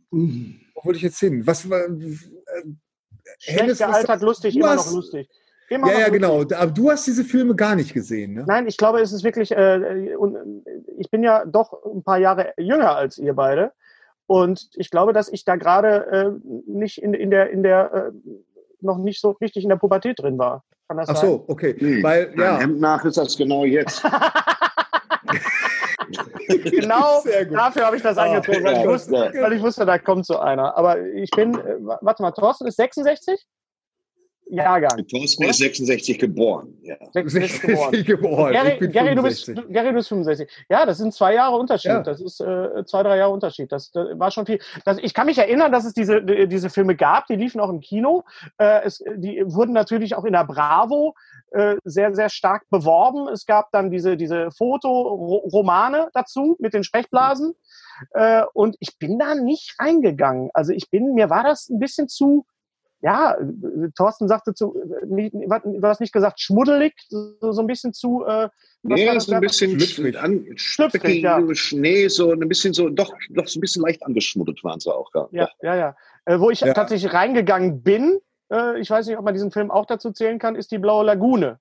wo wollte ich jetzt hin? Was war... Äh, Schlecht gealtert, lustig, immer noch lustig. Immer ja, ja, lustig. genau. Aber du hast diese Filme gar nicht gesehen, ne? Nein, ich glaube, es ist wirklich, äh, ich bin ja doch ein paar Jahre jünger als ihr beide. Und ich glaube, dass ich da gerade äh, nicht in, in der, in der äh, noch nicht so richtig in der Pubertät drin war. Kann das Ach sein? so, okay. Nee, Weil, ja. Hemd nach ist das genau jetzt. Genau, dafür habe ich das angezogen, weil, ich wusste, weil ich wusste, da kommt so einer. Aber ich bin, äh, warte mal, Thorsten ist sechsundsechzig? Jahrgang. Thorsten ist sechsundsechzig geboren. Ja. sechsundsechzig geboren. geboren. Gary, Gary, du bist, Gary, du bist fünfundsechzig. Ja, das sind zwei Jahre Unterschied. Ja. Das ist äh, zwei, drei Jahre Unterschied. Das, das war schon viel. Das, ich kann mich erinnern, dass es diese, diese Filme gab. Die liefen auch im Kino. Äh, es, die wurden natürlich auch in der Bravo äh, sehr, sehr stark beworben. Es gab dann diese, diese Fotoromane dazu mit den Sprechblasen. Äh, und ich bin da nicht reingegangen. Also ich bin, mir war das ein bisschen zu... Ja, Thorsten sagte zu, du hast nicht gesagt schmuddelig, so, so ein bisschen zu... Äh, nee, so ein bisschen schlüpfrig, ja. Schnee, so ein bisschen so, doch, doch so ein bisschen leicht angeschmuddelt waren sie auch. Ja, ja, ja. ja. Äh, wo ich ja. tatsächlich reingegangen bin, äh, ich weiß nicht, ob man diesen Film auch dazu zählen kann, ist die Blaue Lagune.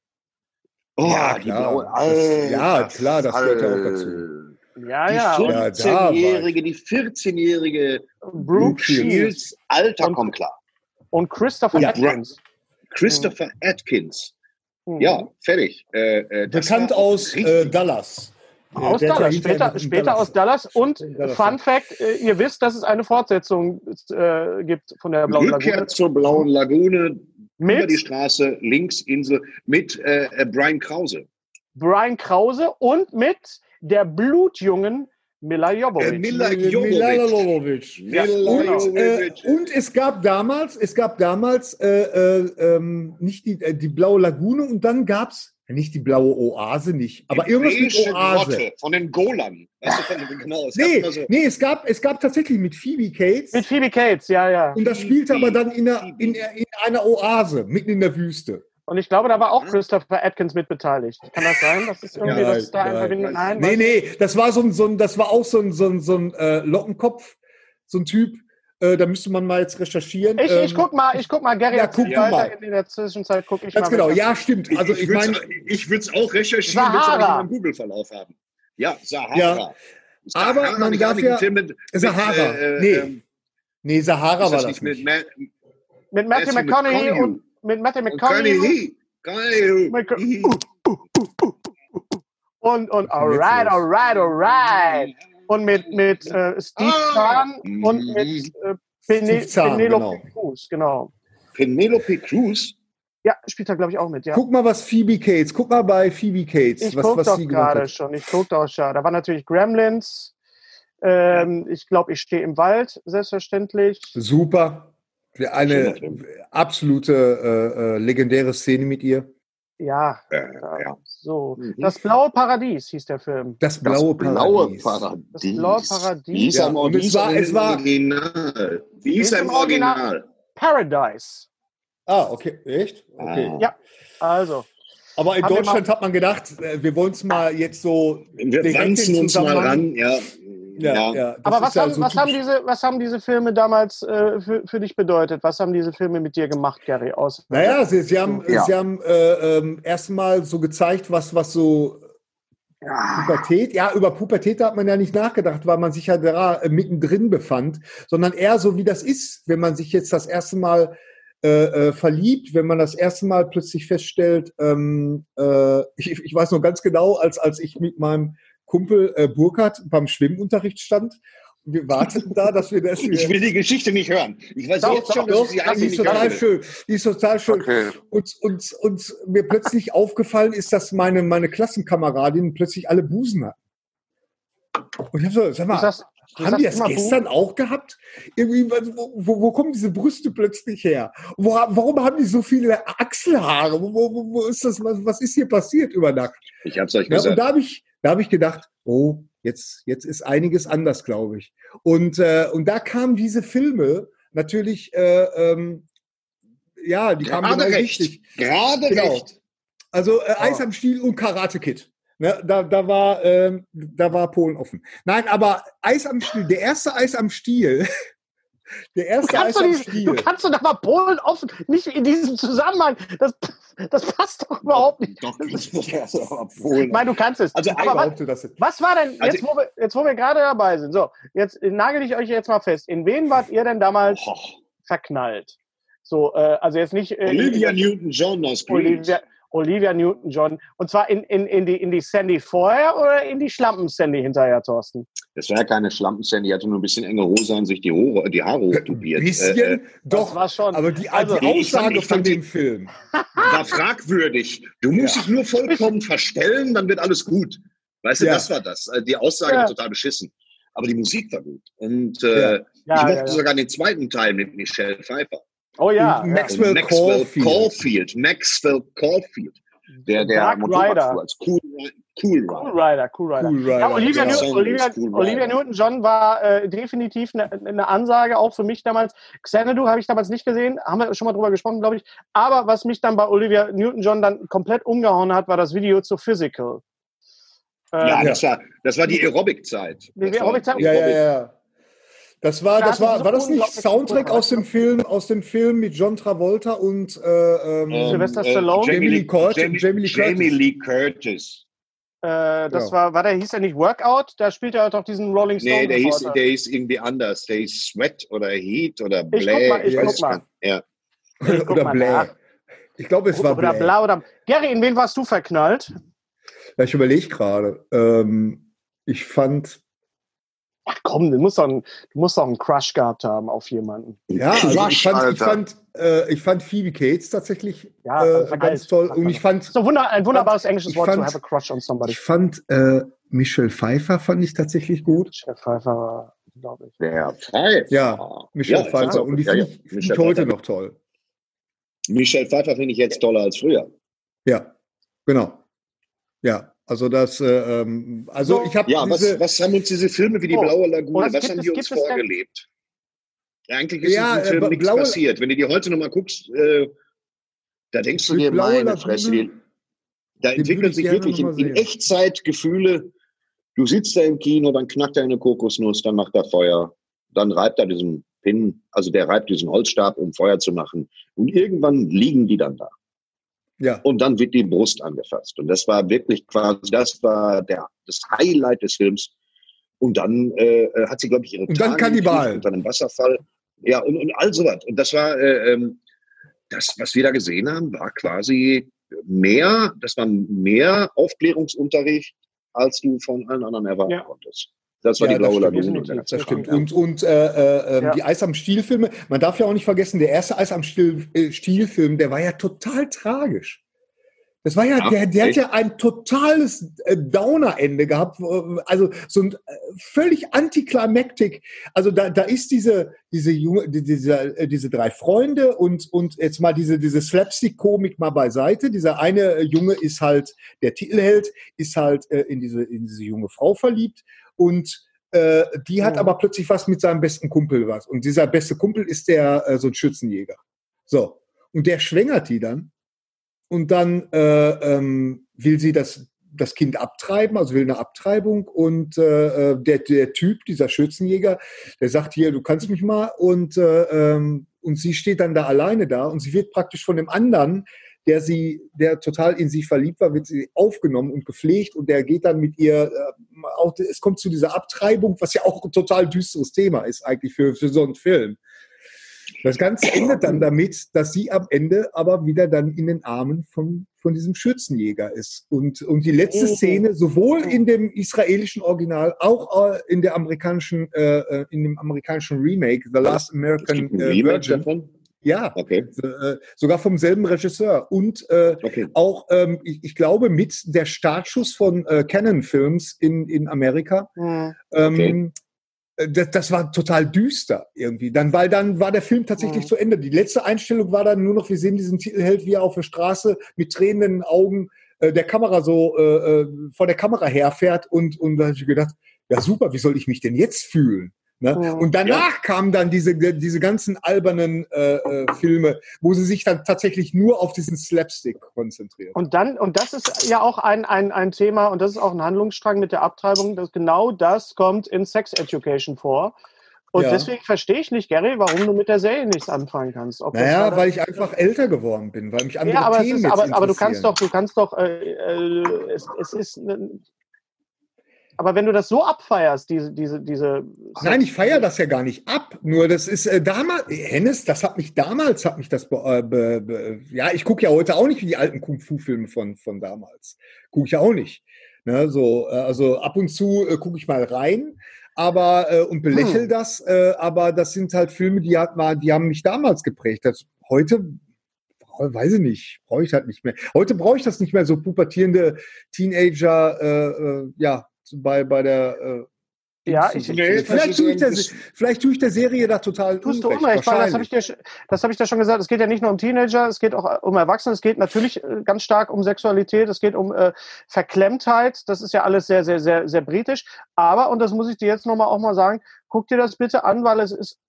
Oh, ja, die Blaue Lagune. Ja, klar, das gehört ja auch dazu. Ja, die ja. vierzehnjährige, die vierzehnjährige Brooke Shields. Alter, komm klar. Und Christopher ja, Atkins. Christopher mhm. Atkins. Ja, fertig. Äh, äh, Bekannt aus äh, Dallas. Aus der Dallas, später, später Dallas. aus Dallas. Und Dallas. Fun Fact, äh, ihr wisst, dass es eine Fortsetzung äh, gibt von der Blauen Rückkehr Lagune. zur Blauen Lagune, mit über die Straße, links Insel, mit äh, Brian Krause. Brian Krause und mit der blutjungen Milla Jovovich. Äh, Milla Jovovich. Ja. Und, äh, und es gab damals, es gab damals äh, äh, ähm, nicht die, äh, die Blaue Lagune und dann gab es nicht die Blaue Oase, nicht, aber die irgendwas mit Oase. Grotte von den Golan. Weißt du, von, genau, es nee, so. nee, es gab, es gab tatsächlich mit Phoebe Cates. Mit Phoebe Cates, ja, ja. Und das spielte aber dann in, der, in, in einer Oase, mitten in der Wüste. Und ich glaube, da war auch Christopher Atkins mit beteiligt. Kann das sein? Das ist irgendwie, ja, dass da ja, Verbindung. Nein, nee, nee, das war so ein, so ein, das war auch so ein, so ein, so ein äh, Lockenkopf, so ein Typ, Äh, da müsste man mal jetzt recherchieren. Ich, ähm, ich guck mal, ich guck mal, Gary, ja, erzähl guck weiter. mal. In, in der Zwischenzeit gucke ich Ganz mal. genau, welcher- ja, stimmt. Also ich, ich meine, ich würde es auch recherchieren, Sahara. wenn wir einen Google-Verlauf haben. Ja, Sahara. Ja. Aber Sahara, man nicht darf auch nicht ein ja- Film mit, Sahara, mit, äh, nee. ähm, nee, Sahara ist war das das nicht mit, nicht. Ma Mit Matthew Matthew McConaughey McConaughey. und mit Matthew und McConaughey Connery. Michael- Connery. und, und Was ist denn alright, jetzt los? alright, alright. Und mit, mit äh, Steve Ah. Zahn und Mhm. mit äh, Pene Steve Zahn, Penelope genau. Cruz, genau. Penelope Cruz. Ja, spielt er, glaube ich, auch mit, ja. Guck mal, was Phoebe Cates, guck mal bei Phoebe Cates, Ich was, gucke was doch sie gemacht gerade hat. schon, ich gucke doch schon. Da war natürlich Gremlins. Ähm, Ich glaube, ich stehe im Wald, selbstverständlich. Super. Eine Schöner Film. absolute äh, äh, legendäre Szene mit ihr. Ja, Äh, ja. ja. So. Mhm. Das blaue Paradies hieß der Film. Das blaue das blaue Paradies. Paradies. Das blaue Paradies. Wie hieß Ja, am und es wie hieß war- er im es war- Original? Wie hieß Ist er im im Original? Paradise. Ah, okay. Echt? Okay. Ah. Ja, also. Aber in Haben wir Deutschland hat man gedacht, äh, wir wollen es mal jetzt so. Wir direkt wanzen in uns mal Zusammenhang- ran. Ja, Ja, ja. ja. das Aber ist was, ja haben, so was, haben typisch. diese, was haben diese Filme damals äh, für, für dich bedeutet? Was haben diese Filme mit dir gemacht, Gary? Aus Naja, sie, sie haben, Ja. sie haben äh, ähm, erstmal so gezeigt, was, was so Pubertät, ja, über Pubertät hat man ja nicht nachgedacht, weil man sich ja da äh, mittendrin befand, sondern eher so, wie das ist, wenn man sich jetzt das erste Mal äh, äh, verliebt, wenn man das erste Mal plötzlich feststellt, ähm, äh, ich, ich weiß noch ganz genau, als, als ich mit meinem Kumpel äh, Burkhard beim Schwimmunterricht stand, und wir warteten da, dass wir das... Ich will die Geschichte nicht hören. Ich weiß Doch, jetzt schon, doch, dass ich sie die eigentlich ist nicht total hören will. schön. Die ist total schön. Okay. Und, und, und mir plötzlich aufgefallen ist, dass meine, meine Klassenkameradinnen plötzlich alle Busen hatten. Und ich habe so, sag Du mal, sagst, du haben die sagst das immer gestern auch gehabt? Irgendwie, wo, wo, wo kommen diese Brüste plötzlich her? Wo, warum haben die so viele Achselhaare? Wo, wo, wo ist das? Was, was ist hier passiert über Nacht? Ich hab's euch Ja, und gesagt. da habe ich, da habe ich gedacht, oh, jetzt, jetzt ist einiges anders, glaube ich. Und, äh, und da kamen diese Filme natürlich, äh, ähm, ja, die kamen Gerade genau recht. richtig. Gerade Genau. recht. Also äh, Eis am Stiel und Karate Kid. Ne, da, da, war, ähm, da war Polen offen. Nein, aber Eis am Stiel, der erste Eis am Stiel, der Du erste Eis kannst, doch am nicht, Stiel. du kannst doch doch mal Polen offen, nicht in diesem Zusammenhang. Das, das passt doch überhaupt nicht. Doch, Ich Polen. meine, du kannst es. Also, Ich aber was, behaupte das jetzt. was war denn, Also- jetzt wo, wir, jetzt wo wir gerade dabei sind, so, jetzt nagel ich euch jetzt mal fest. In wen wart ihr denn damals Oh, verknallt? So, äh, also jetzt nicht äh, Olivia in, Newton-John aus Grease. Olivia, Olivia Newton-John. Und zwar in, in, in, die, in die Sandy vorher oder in die Schlampen-Sandy hinterher, Thorsten? Das war ja keine Schlampenszene, die hatte nur ein bisschen enge Hose an sich, die, Hore, die Haare hochtubiert. Ein bisschen, Äh, äh, doch, Das war schon. aber die, Also, die ich fand- Aussage ich fand von die- dem Film. war fragwürdig. Du musst Ja. dich nur vollkommen verstellen, dann wird alles gut. Weißt du, Ja. das war das. Also die Aussage Ja. war total beschissen. Aber die Musik war gut. Und äh, Ja. Ja, ich ja, mochte ja. sogar den zweiten Teil mit Michelle Pfeiffer. Oh ja. Und ja. Max- Und Maxwell Caulfield. Caulfield. Maxwell Caulfield. Der, der Dark Motorrad Rider. fuhr als Cool, cool Cool Rider. Rider, Cool Rider. Cool Rider. Ja, Olivia, Der Newton, Song Olivia, ist Cool Rider. Olivia Newton-John war äh, definitiv eine, eine Ansage, auch für mich damals. Xanadu habe ich damals nicht gesehen, haben wir schon mal drüber gesprochen, glaube ich. Aber was mich dann bei Olivia Newton-John dann komplett umgehauen hat, war das Video zu Physical. Äh, Ja, Ja. das war, das war die Aerobic-Zeit. Die Das war Aerobic-Zeit? Ja, ja, ja. Das war, Da das hatten sie war, so war das nicht unglaublich Soundtrack cool aus dem Film, aus dem Film mit John Travolta und äh, ähm, Ähm, Sylvester äh, Stallone? Jamie Lee Curtis- Jamie, Jamie Lee Jamie Curtis. Lee Curtis. Äh, das Ja. war, war der, hieß der nicht Workout? Da spielt er doch diesen Rolling Stone. Nee, der hieß, Reporter. der hieß irgendwie anders. Der hieß Sweat oder Heat oder Ich guck Blä. mal, ich guck weiß mal. nicht. Ja. Ich guck oder mal Blair. nach. Ich glaube, es war Oder Blair. blau oder. Gary, in wen warst du verknallt? Ja, ich überlege gerade. Ähm, ich fand, Ach komm, du musst, doch einen, du musst doch einen Crush gehabt haben auf jemanden. ja, also ich Crush, fand, ich Alter. fand, äh, ich fand Phoebe Cates tatsächlich Ja, äh, also ganz alt. toll. Sagt Und man ich doch. fand, So wunder, ein wunderbares englisches ich Wort to fand- have a crush on somebody. ich fand äh, Michelle Pfeiffer fand ich tatsächlich gut. Chef Pfeiffer, glaube ich. Der Pfeiffer. Ja, Michelle Ja, Pfeiffer. also, Und die ja, finde ja. ich, find Michelle ich heute Pfeiffer. noch toll. Michelle Pfeiffer finde ich jetzt toller als früher. Ja, genau. Ja, also das, äh, ähm, also So, ich habe Ja, was, diese, was haben uns diese Filme wie die Oh, Blaue und Lagune, was was gibt haben es- die uns gibt es denn- vorgelebt? Ja, eigentlich ist Ja, in diesem äh, Film nichts Blaue- passiert. Wenn du die heute nochmal guckst, äh, da denkst du Die dir, Blaue meine Lagune, Fresse, die, da die würde entwickeln ich sich gerne wirklich noch in, mal in sehen. Echtzeit Gefühle. Du sitzt da im Kino, dann knackt er eine Kokosnuss, dann macht er Feuer, dann reibt er diesen Pin, also der reibt diesen Holzstab, um Feuer zu machen. Und irgendwann liegen die dann da. Ja. Und dann wird die Brust angefasst. Und das war wirklich quasi, das war der, das Highlight des Films. Und dann äh, hat sie, glaube ich, ihre Und dann Kannibal. Unter einem Wasserfall. Ja, und, und all sowas. Und das war, äh, ähm, das, was wir da gesehen haben, war quasi mehr, das war mehr Aufklärungsunterricht, als du von allen anderen erwarten Ja. konntest. Das war Ja, die blaue das stimmt, Lagune. definitiv. Das stimmt. Ja. Und, und äh, äh, Ja. die Eis am Stiel-Filme, man darf ja auch nicht vergessen, der erste Eis am Stiel, äh, Stiel-Film, der war ja total tragisch. Das war ja, Ja, der, der hat echt? ja ein totales äh, Downer-Ende gehabt, äh, also so ein äh, völlig antiklimaktik. Also da, da ist diese, diese junge, die- diese, äh, diese drei Freunde und, und jetzt mal diese, diese Slapstick-Komik mal beiseite. Dieser eine äh, Junge ist halt, der Titelheld, ist halt äh, in diese, in diese junge Frau verliebt und äh, die hat Ja. aber plötzlich was mit seinem besten Kumpel was. Und dieser beste Kumpel ist der, äh, so ein Schützenjäger. So. Und der schwängert die dann. Und dann äh, ähm, will sie das, das Kind abtreiben, also will eine Abtreibung. Und äh, der, der Typ, dieser Schützenjäger, der sagt hier, du kannst mich mal. Und, äh, ähm, und sie steht dann da alleine da. Und sie wird praktisch von dem anderen, der sie, der total in sie verliebt war, wird sie aufgenommen und gepflegt. Und der geht dann mit ihr, äh, auch, es kommt zu dieser Abtreibung, was ja auch ein total düsteres Thema ist eigentlich für, für so einen Film. Das Ganze endet dann damit, dass sie am Ende aber wieder dann in den Armen von, von diesem Schützenjäger ist. Und, und die letzte Oh. Szene, sowohl in dem israelischen Original, auch äh, in der amerikanischen, äh, in dem amerikanischen Remake, The Last Es American gibt ein äh, Remake Virgin, davon? ja, Okay, äh, sogar vom selben Regisseur. Und äh, okay. auch, ähm, ich, ich glaube, mit der Startschuss von äh, Canon Films in, in Amerika. Hm. Ähm, Okay. das, das war total düster irgendwie. Dann, weil dann war der Film tatsächlich Mhm. zu Ende. Die letzte Einstellung war dann nur noch, wir sehen diesen Titelheld, wie er auf der Straße mit tränenden Augen äh, der Kamera so äh, äh, vor der Kamera herfährt und, und da habe ich gedacht, ja super, wie soll ich mich denn jetzt fühlen? Ne? Mhm. Und danach kamen dann diese, diese ganzen albernen äh, äh, Filme, wo sie sich dann tatsächlich nur auf diesen Slapstick konzentrieren. Und dann, und das ist ja auch ein, ein, ein Thema, und das ist auch ein Handlungsstrang mit der Abtreibung, dass genau das kommt in Sex Education vor. Und Ja. deswegen verstehe ich nicht, Gary, warum du mit der Serie nichts anfangen kannst. Ob das Naja, gerade- weil ich einfach älter geworden bin, weil mich andere ja, aber, es Themen ist, jetzt aber, aber du kannst interessieren. doch, du kannst doch, äh, äh, es, es ist, ne, aber wenn du das so abfeierst, diese, diese, diese. Nein, ich feiere das ja gar nicht ab. Nur das ist äh, damals, Hennes, das hat mich damals, hat mich das, be, äh, be, be, ja, ich gucke ja heute auch nicht wie die alten Kung-Fu-Filme von, von damals. Gucke ich ja auch nicht. Ne, so, äh, also ab und zu äh, gucke ich mal rein, aber äh, und belächel Hm. das, äh, aber das sind halt Filme, die hat mal, die haben mich damals geprägt. Das, heute weiß ich nicht, brauche ich halt nicht mehr. Heute brauche ich das nicht mehr, so pubertierende Teenager, äh, äh, ja, bei, bei der äh, Ja, Dings ich- zu- Nee, vielleicht, das tue ist, ich der, ähm, das- vielleicht tue ich der Serie da total Tust du unrecht. Unrecht, weil das habe wahrscheinlich. ich, dir, das hab ich dir schon gesagt. Es geht ja nicht nur um Teenager, es geht auch um Erwachsene, es geht natürlich äh, ganz stark um Sexualität, es geht um äh, Verklemmtheit. Das ist ja alles sehr, sehr, sehr, sehr britisch. Aber, und das muss ich dir jetzt nochmal auch mal sagen, guck dir das bitte an, weil es ist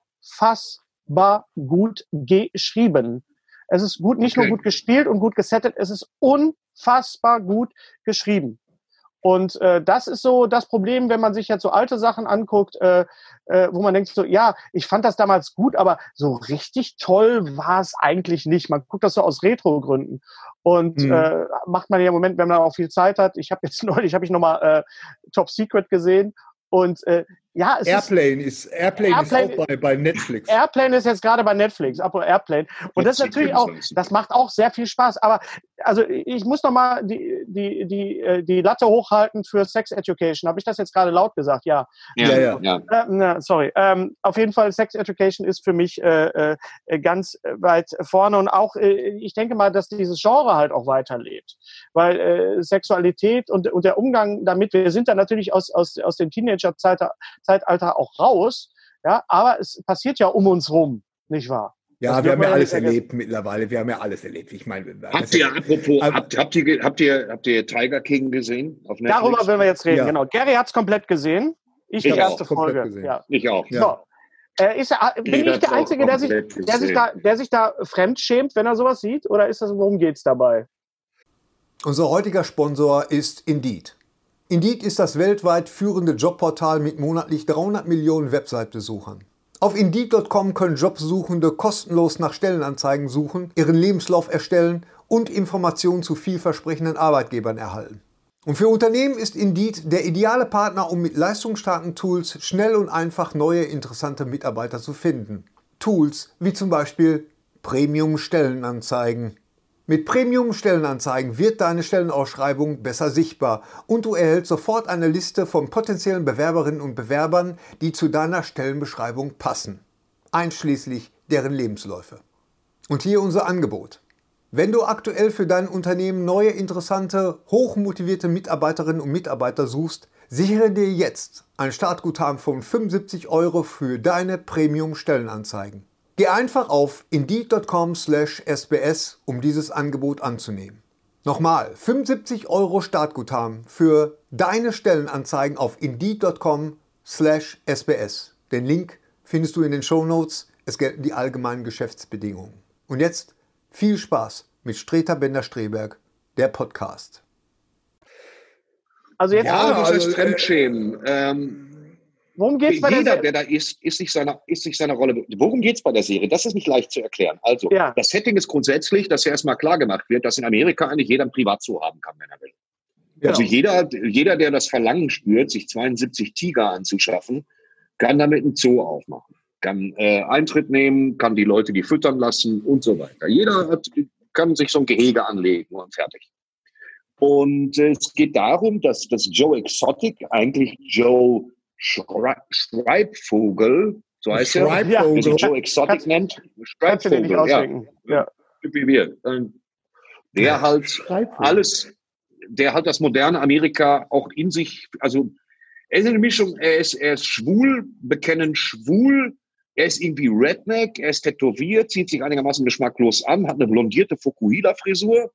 unfassbar gut geschrieben. Es ist gut, nicht Okay. nur gut gespielt und gut gesettet, es ist unfassbar gut geschrieben. Und äh, das ist so das Problem, wenn man sich jetzt so alte Sachen anguckt, äh, äh, wo man denkt so, ja, ich fand das damals gut, aber so richtig toll war es eigentlich nicht. Man guckt das so aus Retro-Gründen. Und Mhm. äh, macht man ja im Moment, wenn man auch viel Zeit hat. Ich habe jetzt neulich, habe ich nochmal äh, Top Secret gesehen. Und äh, ja, es ist... Airplane ist, Airplane Airplane- ist auch bei, bei Netflix. Airplane ist jetzt gerade bei Netflix, apropos Airplane. Und das ist natürlich auch, das macht auch sehr viel Spaß. Aber also ich muss noch mal die, die, die, äh, die Latte hochhalten für Sex Education. Habe ich das jetzt gerade laut gesagt? Ja. Ja, ja. ja. Äh, na, sorry. Ähm, auf jeden Fall, Sex Education ist für mich äh, äh, ganz weit vorne. Und auch, äh, ich denke mal, dass dieses Genre halt auch weiterlebt. Weil äh, Sexualität und, und der Umgang damit, wir sind da natürlich aus, aus, aus dem Teenager-Zeitalter auch raus. Ja, aber es passiert ja um uns rum, nicht wahr? Ja, Das wir wird haben man ja ja alles nicht vergessen. erlebt mittlerweile. Wir haben ja alles erlebt. Ich meine, das Habt ist ja- ihr, apropos, Aber- habt, habt, ihr, habt, ihr, habt ihr Tiger King gesehen auf Netflix? Darüber wollen wir jetzt reden, Ja. genau. Gary hat es komplett gesehen. Ich die Ich erste auch, komplett Folge. gesehen. Ja. Ich auch. Ja. So. Äh, ist er, bin Ich ich hab's der auch Einzige, der sich, komplett der, sich gesehen. da, der sich da fremd schämt, wenn er sowas sieht? Oder ist das, worum geht's dabei? Unser heutiger Sponsor ist Indeed. Indeed ist das weltweit führende Jobportal mit monatlich dreihundert Millionen Website-Besuchern. Auf Indeed Punkt com können Jobsuchende kostenlos nach Stellenanzeigen suchen, ihren Lebenslauf erstellen und Informationen zu vielversprechenden Arbeitgebern erhalten. Und für Unternehmen ist Indeed der ideale Partner, um mit leistungsstarken Tools schnell und einfach neue, interessante Mitarbeiter zu finden. Tools wie zum Beispiel Premium-Stellenanzeigen. Mit Premium-Stellenanzeigen wird deine Stellenausschreibung besser sichtbar und du erhältst sofort eine Liste von potenziellen Bewerberinnen und Bewerbern, die zu deiner Stellenbeschreibung passen, einschließlich deren Lebensläufe. Und hier unser Angebot. Wenn du aktuell für dein Unternehmen neue, interessante, hochmotivierte Mitarbeiterinnen und Mitarbeiter suchst, sichere dir jetzt ein Startguthaben von fünfundsiebzig Euro für deine Premium-Stellenanzeigen. Geh einfach auf Indeed Punkt com slash S B S, um dieses Angebot anzunehmen. Nochmal, fünfundsiebzig Euro Startguthaben für deine Stellenanzeigen auf Indeed Punkt com slash S B S. Den Link findest du in den Shownotes. Es gelten die allgemeinen Geschäftsbedingungen. Und jetzt viel Spaß mit Streter Bender-Streberg, der Podcast. Also jetzt Ja, das also, heißt Fremdschämen. Ähm, worum geht's bei der jeder, Serie? der da ist, ist sich seiner, ist sich seiner Rolle. Worum geht's bei der Serie? Das ist nicht leicht zu erklären. Also, Ja. das Setting ist grundsätzlich, dass ja erstmal klar gemacht wird, dass in Amerika eigentlich jeder ein Privatzoo haben kann, wenn er will. Genau. Also jeder, jeder, der das Verlangen spürt, sich zweiundsiebzig Tiger anzuschaffen, kann damit ein Zoo aufmachen. Kann äh, Eintritt nehmen, kann die Leute die füttern lassen und so weiter. Jeder hat, kann sich so ein Gehege anlegen und fertig. Und äh, es geht darum, dass, dass Joe Exotic, eigentlich Joe Schrei- Schreibvogel, so heißt er, Schreibvogel. der sich Joe Exotic Kannst- nennt. Kannst du dir nicht Schreibvogel, ja. ausdenken. Ja. Wie wir. Ähm, Der halt Schreibvogel. alles, der hat das moderne Amerika auch in sich, also er ist eine Mischung, er ist, er ist schwul, bekennend schwul, er ist irgendwie Redneck, er ist tätowiert, zieht sich einigermaßen geschmacklos an, hat eine blondierte Fukuhila-Frisur,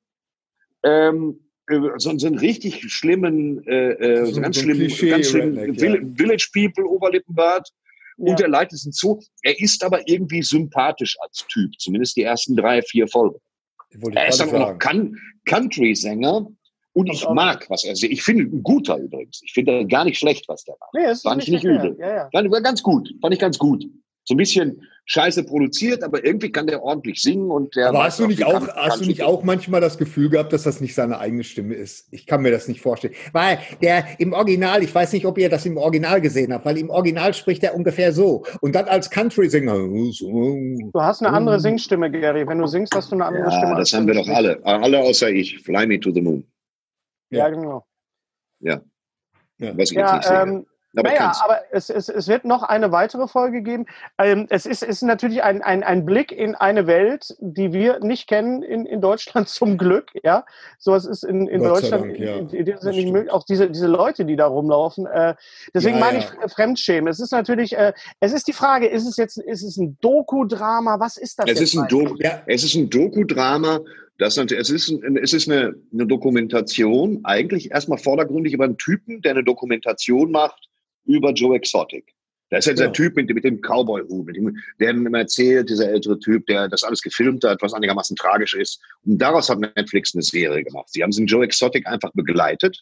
ähm, so, so einen richtig schlimmen, äh, äh, So so ein- ganz so ein schlimmen, Klischee ganz schlimmen Redneck, Vill- ja. Village People Oberlippenbart. Ja. Und er leitet es Zoo. Er ist aber irgendwie sympathisch als Typ, zumindest die ersten drei, vier Folgen. Wollte ich Er ist dann gerade auch noch sagen. Can- Country-Sänger und ich auch mag, was er singt. Ich finde ihn ein guter übrigens. Ich finde gar nicht schlecht, was der macht. Nee, das ist Fand ich nicht verkehrt. übel. Ja, ja. Fand war ganz gut. Fand ich ganz gut. So ein bisschen scheiße produziert, aber irgendwie kann der ordentlich singen und der. Aber weiß hast du auch, nicht wie auch, kann- hast kannst du nicht auch manchmal das Gefühl gehabt, dass das nicht seine eigene Stimme ist? Ich kann mir das nicht vorstellen. Weil der im Original, ich weiß nicht, ob ihr das im Original gesehen habt, weil im Original spricht er ungefähr so. Und dann als Country-Sänger. Du hast eine andere Singstimme, Gary. Wenn du singst, hast du eine andere Stimme. Ja, das als haben wenn wir du doch sprichst. alle. Alle außer ich. Fly me to the moon. Ja, genau. Ja. Ja. Was ich jetzt Ja, nicht sehe. ähm, aber ich naja, kann's. aber es, es, es wird noch eine weitere Folge geben. Ähm, es ist, ist natürlich ein, ein, ein Blick in eine Welt, die wir nicht kennen in, in Deutschland, zum Glück. Ja, so es ist in, in Gott sei Deutschland Dank, ja. in, in, in, Das nicht stimmt. möglich. Auch diese, diese Leute, die da rumlaufen. Äh, deswegen Ja, meine ja. ich äh, Fremdschämen. Es ist natürlich, äh, es ist die Frage, ist es jetzt, ist es ein Doku-Drama? Was ist das Es jetzt ist ein, eigentlich? Doku, Ja. es ist ein Doku-Drama. Das, es ist, ein, es ist eine, eine Dokumentation, eigentlich erstmal vordergründig über einen Typen, der eine Dokumentation macht über Joe Exotic. Das ist ja dieser Ja. Typ mit, mit dem Cowboy-Hut, mit dem, der immer erzählt, dieser ältere Typ, der das alles gefilmt hat, was einigermaßen tragisch ist. Und daraus hat Netflix eine Serie gemacht. Sie haben den Joe Exotic einfach begleitet.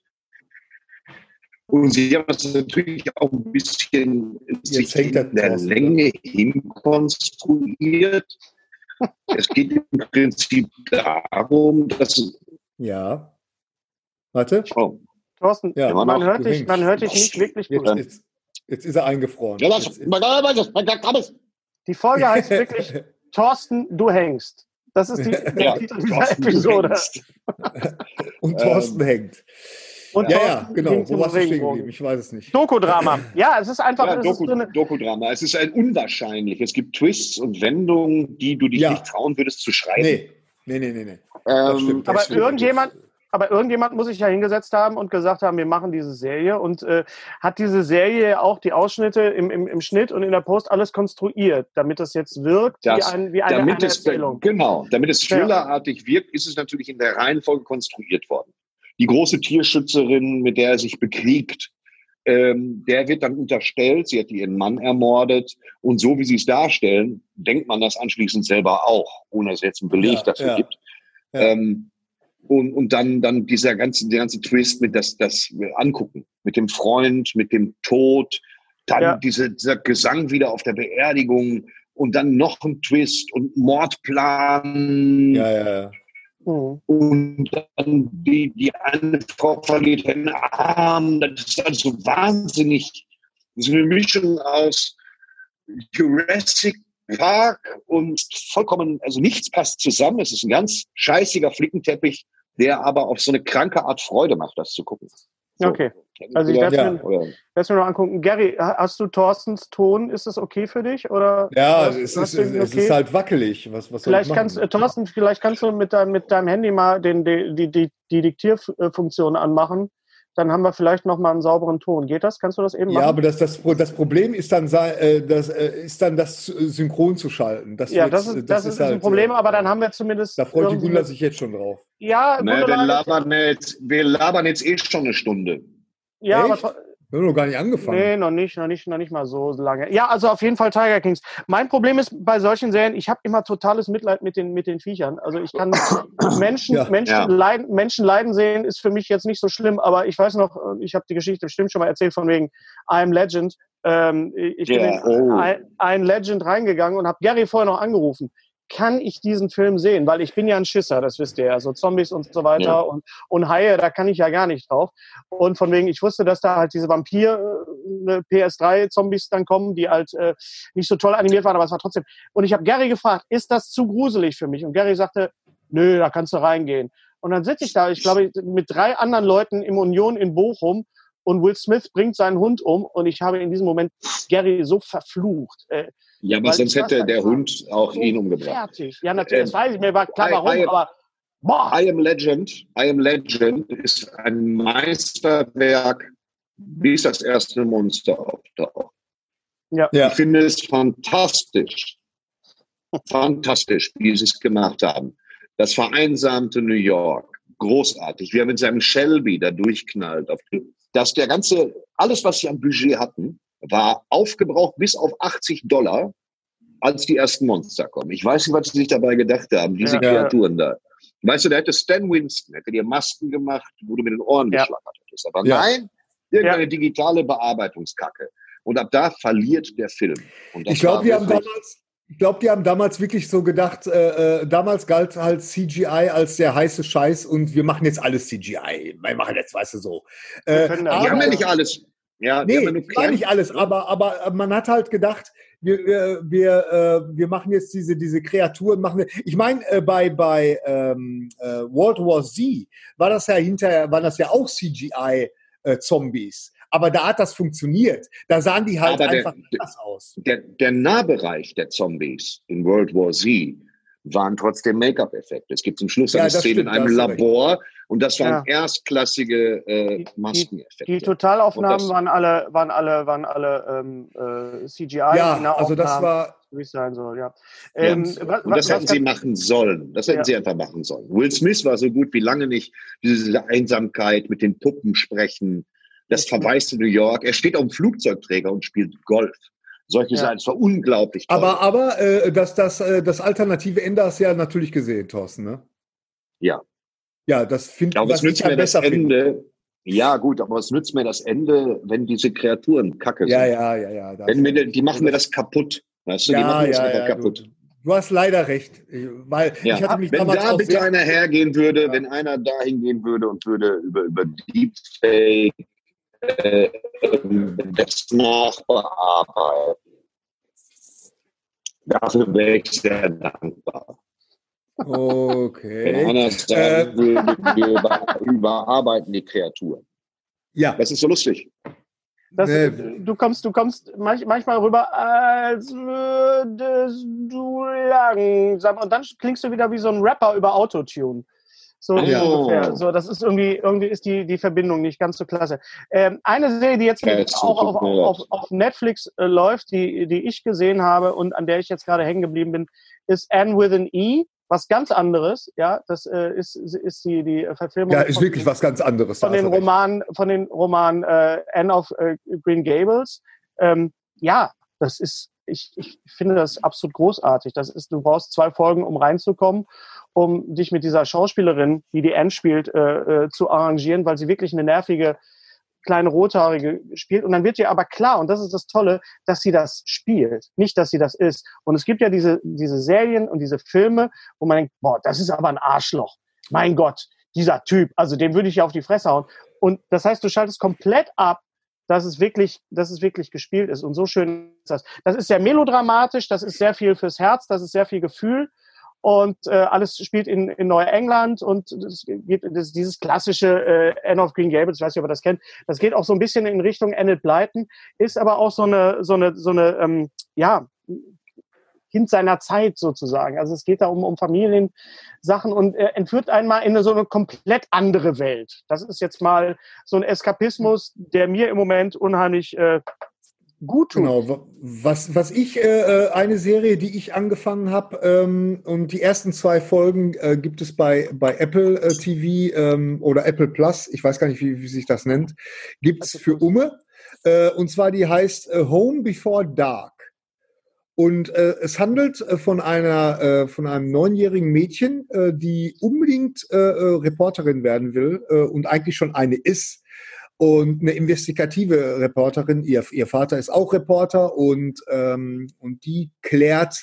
Und sie haben das natürlich auch ein bisschen sich hängt in der der Thorsten Länge hinkonstruiert. Es geht im Prinzip darum, dass... Ja. Warte. Oh, Thorsten, Ja, immer man, noch. hört Du dich, hängst. man hört dich nicht wirklich Jetzt, gut. jetzt, jetzt ist er eingefroren. ja, das, Jetzt ist- mein Gott, mein Gott, mein Gott, alles. Die Folge heißt wirklich Thorsten, du hängst. Das ist die, der Ja, Titel dieser Thorsten, du Episode. hängst. Und Thorsten Ähm, hängt. Und Ja, Thorsten ja, genau. ging zum Wo warst du stehen Regenbogen. geblieben? Ich weiß es nicht. Dokudrama. Ja, es ist einfach Ja, es ist Doku, so eine, Dokudrama. Es ist ein unwahrscheinlich. Es gibt Twists und Wendungen, die du dich Ja. nicht trauen würdest zu schreiben. Nee, nee, nee, nee. nee. Das Ähm, stimmt. aber das stimmt. irgendjemand, aber irgendjemand muss sich ja hingesetzt haben und gesagt haben, wir machen diese Serie und äh, hat diese Serie auch die Ausschnitte im, im, im Schnitt und in der Post alles konstruiert, damit das jetzt wirkt Das, wie, ein, wie eine, damit eine es, Erzählung. genau, damit es thrillerartig wirkt, ist es natürlich in der Reihenfolge konstruiert worden. Die große Tierschützerin, mit der er sich bekriegt, ähm, der wird dann unterstellt, sie hat ihren Mann ermordet. Und so wie sie es darstellen, denkt man das anschließend selber auch, ohne dass es jetzt einen Beleg Ja, dafür ja. gibt. Ja. Ähm, und, und dann, dann dieser ganze, der ganze Twist mit das, das Angucken, mit dem Freund, mit dem Tod, Dann Ja. diese, dieser Gesang wieder auf der Beerdigung und dann noch ein Twist und Mordplan. Ja, ja, ja. Mhm. Und dann die, die eine Frau verliert den Arm. Das ist also wahnsinnig. Das ist eine Mischung aus Jurassic Park und vollkommen, also nichts passt zusammen. Es ist ein ganz scheißiger Flickenteppich, der aber auf so eine kranke Art Freude macht, das zu gucken. So. Okay. Also ich werde Ja. mir, werd's mir noch angucken. Gary, hast du Thorstens Ton? Ist das okay für dich? Oder Ja, hast, es, hast ist, du es, ihn es okay? ist halt wackelig. Was, was soll Vielleicht ich kannst, machen? äh, Thorsten, vielleicht kannst du mit, dein, mit deinem Handy mal den, die, die, die, die Diktierfunktion anmachen. Dann haben wir vielleicht noch mal einen sauberen Ton. Geht das? Kannst du das eben Ja, machen? aber das, das, das Problem ist dann, sei- äh, das, äh, ist dann das synchron zu schalten. Das, Ja, wird- das ist, das ist, ein halt, Problem, äh, aber dann haben wir zumindest. Da freut die irgendwie Gunda eine- sich jetzt schon drauf. Ja, Ne, Gundula wir, ist- labern jetzt, wir labern jetzt eh schon eine Stunde. ja, Echt? aber Wir haben noch gar nicht angefangen. nee, noch nicht, noch nicht, noch nicht mal so lange. Ja, also auf jeden Fall Tiger Kings. Mein Problem ist bei solchen Serien, ich habe immer totales Mitleid mit den, mit den Viechern. Also ich kann Menschen, Ja. Menschen, Ja. leiden, Menschen leiden sehen, ist für mich jetzt nicht so schlimm, aber ich weiß noch, ich habe die Geschichte bestimmt schon mal erzählt von wegen I Am Legend. Ähm, ich bin Ja, in oh. I Am Legend reingegangen und habe Gary vorher noch angerufen. Kann ich diesen Film sehen? Weil ich bin ja ein Schisser, das wisst ihr ja. So Zombies und so weiter Ja. und, und Haie, da kann ich ja gar nicht drauf. Und von wegen, ich wusste, dass da halt diese Vampir, äh, P S drei Zombies dann kommen, die halt äh, nicht so toll animiert waren, aber es war trotzdem. Und ich habe Gary gefragt, ist das zu gruselig für mich? Und Gary sagte, nö, da kannst du reingehen. Und dann sitze ich da, ich glaube, mit drei anderen Leuten im Union in Bochum und Will Smith bringt seinen Hund um und ich habe in diesem Moment Gary so verflucht. Äh, Ja, aber Weil sonst ich hätte war der einfach Hund auch so ihn umgebracht. Fertig. Ja, natürlich, das Ähm, weiß ich, mir war klar I- warum, I- aber boah. I Am Legend, I Am Legend ist ein Meisterwerk, bis das erste Monster auftaucht. Ja. Ja. Ich finde es fantastisch, fantastisch, wie sie es gemacht haben. Das vereinsamte New York, großartig. Wie er mit seinem Shelby da durchknallt. Auf dass der ganze, alles, was sie am Budget hatten, war aufgebraucht bis auf achtzig Dollar, als die ersten Monster kommen. Ich weiß nicht, was sie sich dabei gedacht haben, diese Ja. Kreaturen da. Weißt du, da hätte Stan Winston, hätte dir Masken gemacht, wo du mit den Ohren Ja. geschlackert hättest. Aber Ja. nein, irgendeine Ja. digitale Bearbeitungskacke. Und ab da verliert der Film. Und das Ich glaube, war die haben wirklich- damals, ich glaube, die haben damals wirklich so gedacht, äh, äh, damals galt halt C G I als der heiße Scheiß und wir machen jetzt alles C G I. Wir machen jetzt, weißt du, so. Äh, können das. Die haben ja aber- nicht alles. Ja, die Nee, haben ja nur war nicht Kern- alles, aber, aber man hat halt gedacht, wir, wir, wir, äh, wir machen jetzt diese, diese Kreaturen. Machen, ich meine, äh, bei, bei ähm, äh, World War Z war das ja hinterher, waren das ja auch C G I-Zombies. Aber da hat das funktioniert. Da sahen die halt Aber der- einfach anders aus. Der, der Nahbereich der Zombies in World War Z waren trotzdem Make-up-Effekte. Es gibt zum Schluss Ja, eine das Szene stimmt, in einem da hast du recht. Labor und das waren Ja. erstklassige äh, Die- Maskeneffekte. Die Totalaufnahmen Und das- waren alle, waren alle, waren alle ähm, äh, C G I. die Ja, also das Nahaufnahmen, war, wie es sein soll, ja. Ja. Ähm, und was, das was, hätten was sie kann, machen sollen. Das hätten Ja. sie einfach machen sollen. Will Smith war so gut wie lange nicht. Diese Einsamkeit mit den Puppen sprechen, das verwaiste New York. Er steht auf dem Flugzeugträger und spielt Golf. Solche Ja. Sachen, es war unglaublich toll. aber, aber äh, das, das, äh, das alternative Ende hast du ja natürlich gesehen, Thorsten, ne? Ja. Ja, das finde Ja, aber was was nützt ich ja mir das besser finde. Ende? Ja, gut, aber was nützt mir das Ende, wenn diese Kreaturen kacke sind? Ja, ja, ja, ja. da Wenn hast mir, du die, recht. die machen mir das kaputt. Weißt du, ja, die machen das ja, einfach ja, kaputt. Du, du hast leider recht. Ich- Weil Ja. ich hatte mich Wenn damals da auch bitte sehr, einer hergehen würde, Ja. wenn einer da hingehen würde und würde über, über Deepfake äh, ähm, das nachbearbeiten, dafür wäre ich sehr dankbar. Wenn Okay. einer sagen Äh. würde, wir über, überarbeiten die Kreaturen. Ja, Das ist so lustig. das, Nee. du kommst, du kommst manch, manchmal rüber, als würdest du langsam. Und dann klingst du wieder wie so ein Rapper über Autotune. So Ja. ungefähr. So, das ist irgendwie, irgendwie ist die, die Verbindung nicht ganz so klasse. Ähm, eine Serie, die jetzt Ja, mit, es auch tut auf, mir auf, leid. auf Netflix äh, läuft, die, die ich gesehen habe und an der ich jetzt gerade hängen geblieben bin, ist Anne with an E. Was ganz anderes, ja, das äh, ist, ist die, die Verfilmung ja, ist von, wirklich was ganz anderes. da von den hast du recht. Romanen, von den Romanen äh, Anne of äh, Green Gables. Ähm, ja, das ist, ich, ich finde das absolut großartig. Das ist, du brauchst zwei Folgen, um reinzukommen, um dich mit dieser Schauspielerin, die die Anne spielt, äh, äh, zu arrangieren, weil sie wirklich eine nervige kleine Rothaarige spielt. Und dann wird ihr aber klar, und das ist das Tolle, dass sie das spielt, nicht, dass sie das ist. Und es gibt ja diese, diese Serien und diese Filme, wo man denkt, boah, das ist aber ein Arschloch. Mein Gott, dieser Typ, also dem würde ich ja auf die Fresse hauen. Und das heißt, du schaltest komplett ab, dass es wirklich, dass es wirklich gespielt ist. Und so schön ist das. Das ist sehr melodramatisch, das ist sehr viel fürs Herz, das ist sehr viel Gefühl. Und äh, alles spielt in, in Neuengland und das geht das, dieses klassische äh, Anne of Green Gables, ich weiß nicht, ob ihr das kennt, das geht auch so ein bisschen in Richtung Enid Blyton, ist aber auch so eine, so eine, so eine, ähm, ja, Kind seiner Zeit sozusagen. Also es geht da um, um Familiensachen und äh, entführt einmal in eine, so eine komplett andere Welt. Das ist jetzt mal so ein Eskapismus, der mir im Moment unheimlich äh, gut tut. Genau, was, was ich, äh, eine Serie, die ich angefangen habe, ähm, und die ersten zwei Folgen äh, gibt es bei, bei Apple äh, T V ähm, oder Apple Plus, ich weiß gar nicht, wie, wie sich das nennt, gibt es für Umme, äh, und zwar die heißt äh, Home Before Dark. Und äh, es handelt äh, von einer äh, von einem neunjährigen Mädchen, äh, die unbedingt äh, Reporterin werden will äh, und eigentlich schon eine ist. Und eine investigative Reporterin, ihr, ihr Vater ist auch Reporter und, ähm, und die klärt,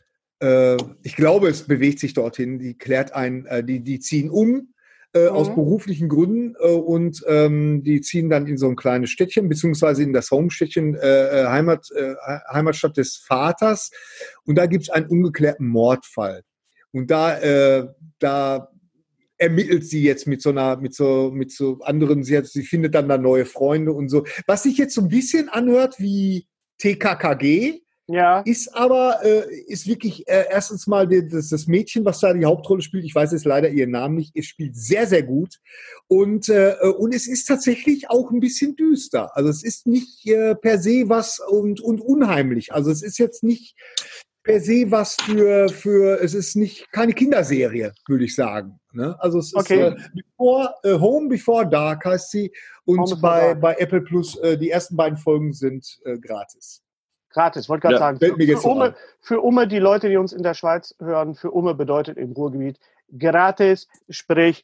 äh, ich glaube, es bewegt sich dorthin, die klärt ein, äh, die, die ziehen um äh, mhm. aus beruflichen Gründen äh, und ähm, die ziehen dann in so ein kleines Städtchen, beziehungsweise in das Homestädtchen, äh, Heimat, äh, Heimatstadt des Vaters. Und da gibt es einen ungeklärten Mordfall. Und da, äh, da ermittelt sie jetzt mit so einer, mit so, mit so anderen, sie, hat, sie findet dann da neue Freunde und so. Was sich jetzt so ein bisschen anhört wie T K K G, ja. ist aber, äh, ist wirklich äh, erstens mal das, das Mädchen, was da die Hauptrolle spielt, ich weiß jetzt leider ihren Namen nicht, es spielt sehr, sehr gut. Und, äh, und es ist tatsächlich auch ein bisschen düster. Also es ist nicht äh, per se was und, und unheimlich. Also es ist jetzt nicht per se was für, für, es ist nicht keine Kinderserie, würde ich sagen. Ne? Also es okay. ist äh, before, äh, Home Before Dark heißt sie und bei, bei Apple Plus äh, die ersten beiden Folgen sind äh, gratis. Gratis, wollte gerade ja, sagen. Für, für, Umme, für Umme, die Leute, die uns in der Schweiz hören, für Umme bedeutet im Ruhrgebiet gratis, sprich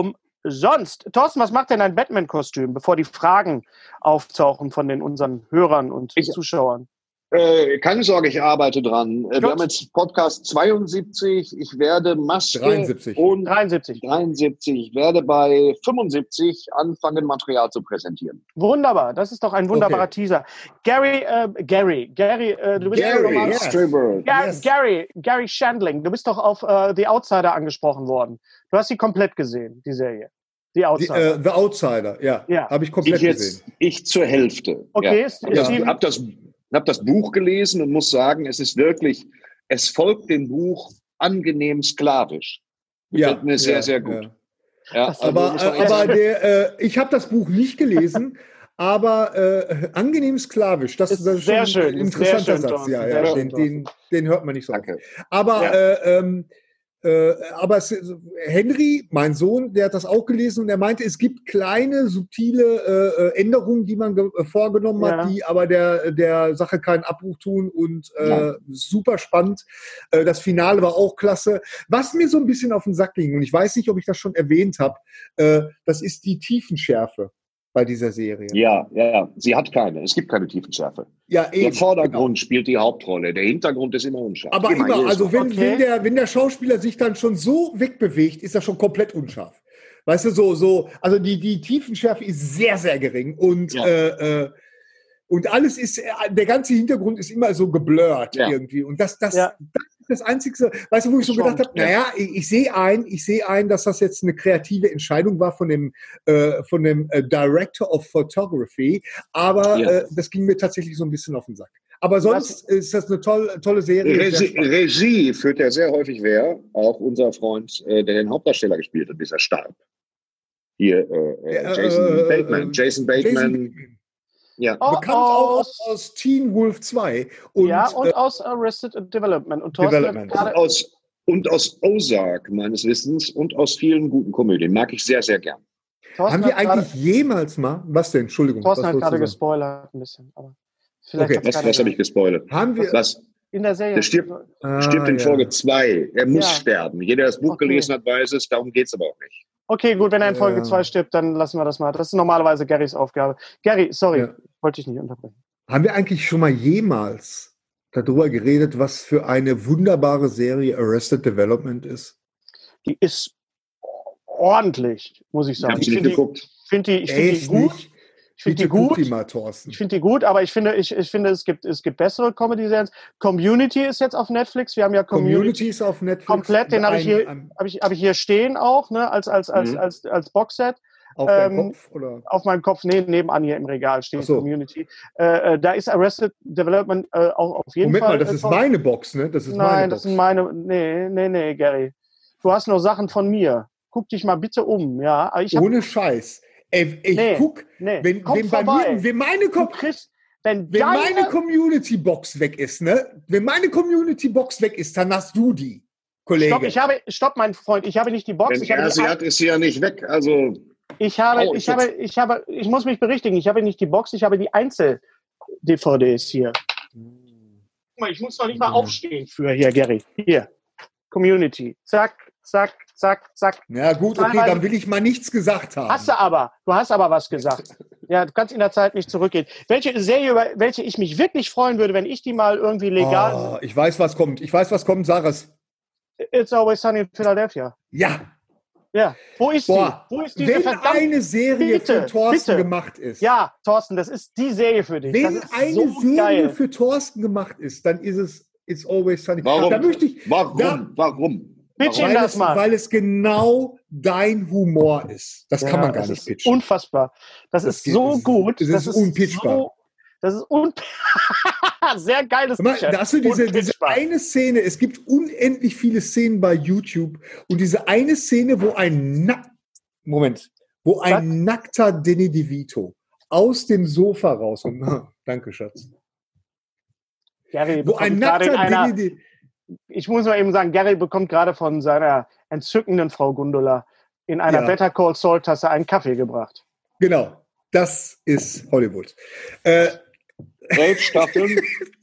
umsonst. Thorsten, was macht denn ein Batman-Kostüm, bevor die Fragen auftauchen von den unseren Hörern und ich, Zuschauern? Äh, keine Sorge, ich arbeite dran. Gut. Wir haben jetzt Podcast zweiundsiebzig. Ich werde Maske dreiundsiebzig. Und dreiundsiebzig. dreiundsiebzig. Ich werde bei fünfundsiebzig anfangen, Material zu präsentieren. Wunderbar, das ist doch ein wunderbarer okay. Teaser. Gary, äh, Gary, Gary, äh, du bist Gary, ja yes. Gary, yes. Gary, Gary Shandling, du bist doch auf äh, The Outsider angesprochen worden. Du hast sie komplett gesehen, die Serie. The Outsider. Die, äh, The Outsider, ja, ja. habe ich komplett ich jetzt, gesehen. Ich zur Hälfte. Okay, ja. ist, Ich ist habe das Ich habe das Buch gelesen und muss sagen, es ist wirklich, es folgt dem Buch angenehm sklavisch. Gefällt ja, mir sehr, ja, sehr gut. Ja. Ja, also aber äh, aber der, äh, ich habe das Buch nicht gelesen, aber äh, angenehm sklavisch. Das, das ist sehr schon schön, ein interessanter schön, Satz. Ja, ja, ja, schön, den, den, den hört man nicht so oft. Danke. Aber ja. äh, ähm, Äh, aber es, Henry, mein Sohn, der hat das auch gelesen und er meinte, es gibt kleine, subtile äh, Änderungen, die man ge- vorgenommen ja. hat, die aber der, der Sache keinen Abbruch tun und äh, ja. super spannend. Äh, das Finale war auch klasse. Was mir so ein bisschen auf den Sack ging, und ich weiß nicht, ob ich das schon erwähnt habe, äh, das ist die Tiefenschärfe bei dieser Serie. Ja, ja, ja. Sie hat keine. Es gibt keine Tiefenschärfe. Ja, eben, der Vordergrund genau. spielt die Hauptrolle. Der Hintergrund ist immer unscharf. Aber immer, immer also wenn, okay. wenn, der, wenn der Schauspieler sich dann schon so wegbewegt, ist er schon komplett unscharf. Weißt du, so, so, also die, die Tiefenschärfe ist sehr, sehr gering und, ja. äh, äh, und alles ist, der ganze Hintergrund ist immer so geblurrt ja. irgendwie. Und das, das, ja. das ist das Einzige, weißt du, wo ich so gedacht habe, naja, ich, ich sehe ein, ich sehe ein, dass das jetzt eine kreative Entscheidung war von dem, äh, von dem äh, Director of Photography, aber ja. äh, das ging mir tatsächlich so ein bisschen auf den Sack. Aber sonst Was? ist das eine tolle, tolle Serie. Regie, Regie führt ja sehr häufig wer, auch unser Freund, äh, der den Hauptdarsteller gespielt hat, bis er starb. Hier, äh, äh, Jason äh, Bateman. Jason Bateman. Jason Bateman. Ja. Oh, bekannt auch aus, aus Teen Wolf zwei. Und, ja, und äh, aus Arrested Development. Und, Development. Und, aus, und aus Ozark, meines Wissens, und aus vielen guten Komödien. Mag ich sehr, sehr gern. Thorsten Haben wir eigentlich grade, jemals mal, was denn, Entschuldigung. Thorsten hat gerade gespoilert ein bisschen. Aber okay. Was, was habe ich gespoilert? Haben wir... Was? In der Serie. Der stirbt, ah, stirbt in ja. Folge zwei. Er muss ja. sterben. Jeder, der das Buch okay. gelesen hat, weiß es. Darum geht es aber auch nicht. Okay, gut, wenn er in Folge zwei äh, stirbt, dann lassen wir das mal. Das ist normalerweise Garys Aufgabe. Gary, sorry, Ja. wollte ich nicht unterbrechen. Haben wir eigentlich schon mal jemals darüber geredet, was für eine wunderbare Serie Arrested Development ist? Die ist ordentlich, muss ich Ich sagen. habe Ich sie nicht finde die, geguckt. find die, ich find die Echt gut. nicht? Ich finde die Bitte guck gut. die mal, Thorsten. Ich finde die gut, aber ich finde, ich, ich finde, es gibt, es gibt bessere Comedy-Serien. Community ist jetzt auf Netflix. Wir haben ja Community, Community ist auf Netflix. komplett, den habe ich hier, Ein- habe ich, habe ich hier stehen auch, ne, als, als, als, Mhm. als, als Boxset. Auf deinem Ähm, Kopf? Oder? Auf meinem Kopf, nee, nebenan hier im Regal steht Ach so. Community. Äh, äh, da ist Arrested Development äh, auch auf jeden Moment Fall. mal, das äh, ist toll. meine Box, ne? Das ist Nein, meine das Box. sind meine. Nee, nee, nee, Gary. Du hast nur Sachen von mir. Guck dich mal bitte um, ja. Aber ich hab, Ohne Scheiß. Ey, ich Nee, guck, nee, wenn, komm wenn bei vorbei. mir, wenn meine, du Kom kriegst, wenn, wenn deine, meine Community-Box weg ist, ne? Wenn meine Community-Box weg ist, dann hast du die, Kollege. Stopp, ich habe, stopp, mein Freund, ich habe nicht die Box, Wenn ich habe er die, sie hat, ist sie ja nicht weg. Also, ich habe, Oh, ich ist habe, ich habe, ich muss mich berichtigen, ich habe nicht die Box, ich habe die Einzel-D V Ds hier. Guck mal, ich muss noch nicht mal aufstehen für hier, Gary. Hier, Community. Zack, zack, zack, zack. Ja gut, okay, dann will ich mal nichts gesagt haben. Hast du aber, du hast aber was gesagt. Ja, du kannst in der Zeit nicht zurückgehen. Welche Serie, über welche ich mich wirklich freuen würde, wenn ich die mal irgendwie legal... Oh, ich weiß, was kommt. Ich weiß, was kommt, sag es. It's Always Sunny in Philadelphia. Ja. Ja, wo ist Boah, die? Wo ist diese wenn verdammte... eine Serie Bitte, für Thorsten bitte. gemacht ist. Ja, Thorsten, das ist die Serie für dich. Wenn das ist eine so Serie geil. für Thorsten gemacht ist, dann ist es It's Always Sunny. warum? Da möchte ich, warum? da, warum? Pitch ihn weil, das es, mal. weil es genau dein Humor ist. Das Ja, kann man gar das nicht ist pitchen. Unfassbar. Das, Das ist geht- so das ist- gut. das ist unpitchbar. So, das ist un sehr geiles Mal, Pitch. da hast du diese, diese Unpitchbar. eine Szene, es gibt unendlich viele Szenen bei YouTube und diese eine Szene, wo ein Nack Moment, wo ein Was? nackter Danny DeVito aus dem Sofa rauskommt. Danke, Schatz. Gary Wo ein bekommt gerade in nackter einer, Danny De ich muss mal eben sagen, Gary bekommt gerade von seiner entzückenden Frau Gundula in einer Ja. Better Call Saul Tasse einen Kaffee gebracht. Genau, das ist Hollywood. Äh, Elf Staffeln.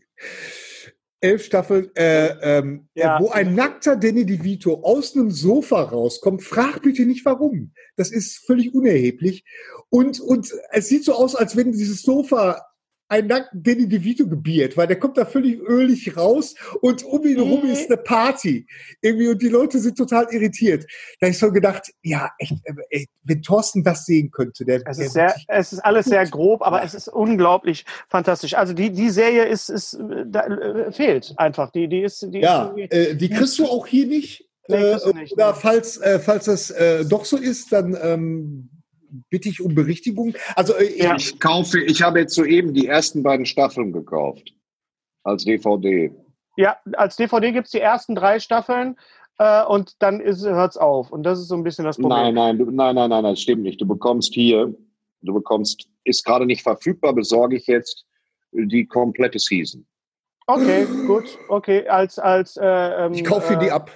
elf Staffeln, äh, ähm, Ja. äh, wo ein nackter Danny DeVito aus einem Sofa rauskommt, frag bitte nicht warum. Das ist völlig unerheblich. Und, und es sieht so aus, als wenn dieses Sofa einen nackten Danny DeVito gebiert, weil der kommt da völlig ölig raus und um ihn herum ist eine Party. Irgendwie, und die Leute sind total irritiert. Da habe ich so gedacht, ja, echt, äh, ey, wenn Thorsten das sehen könnte, der, Es der ist, sehr, es ist alles sehr grob, aber Ja. es ist unglaublich fantastisch. Also die, die Serie ist, ist da, äh, fehlt einfach. Die, die ist, die Ja, ist äh, die kriegst du auch hier nicht. Nee, Äh, kriegst du nicht, oder nee. falls, äh, falls das äh, doch so ist, dann ähm, bitte ich um Berichtigung. Also äh, ich, Ja. Ich kaufe, ich habe jetzt soeben die ersten beiden Staffeln gekauft. Als D V D. Ja, als D V D gibt es die ersten drei Staffeln äh, und dann hört es auf. Und das ist so ein bisschen das Problem. Nein, nein, du, nein, nein, nein, das stimmt nicht. Du bekommst hier, du bekommst, ist gerade nicht verfügbar, besorge ich jetzt die komplette Season. Okay, gut. Okay, als, als äh, ähm, ich kaufe äh, die ab.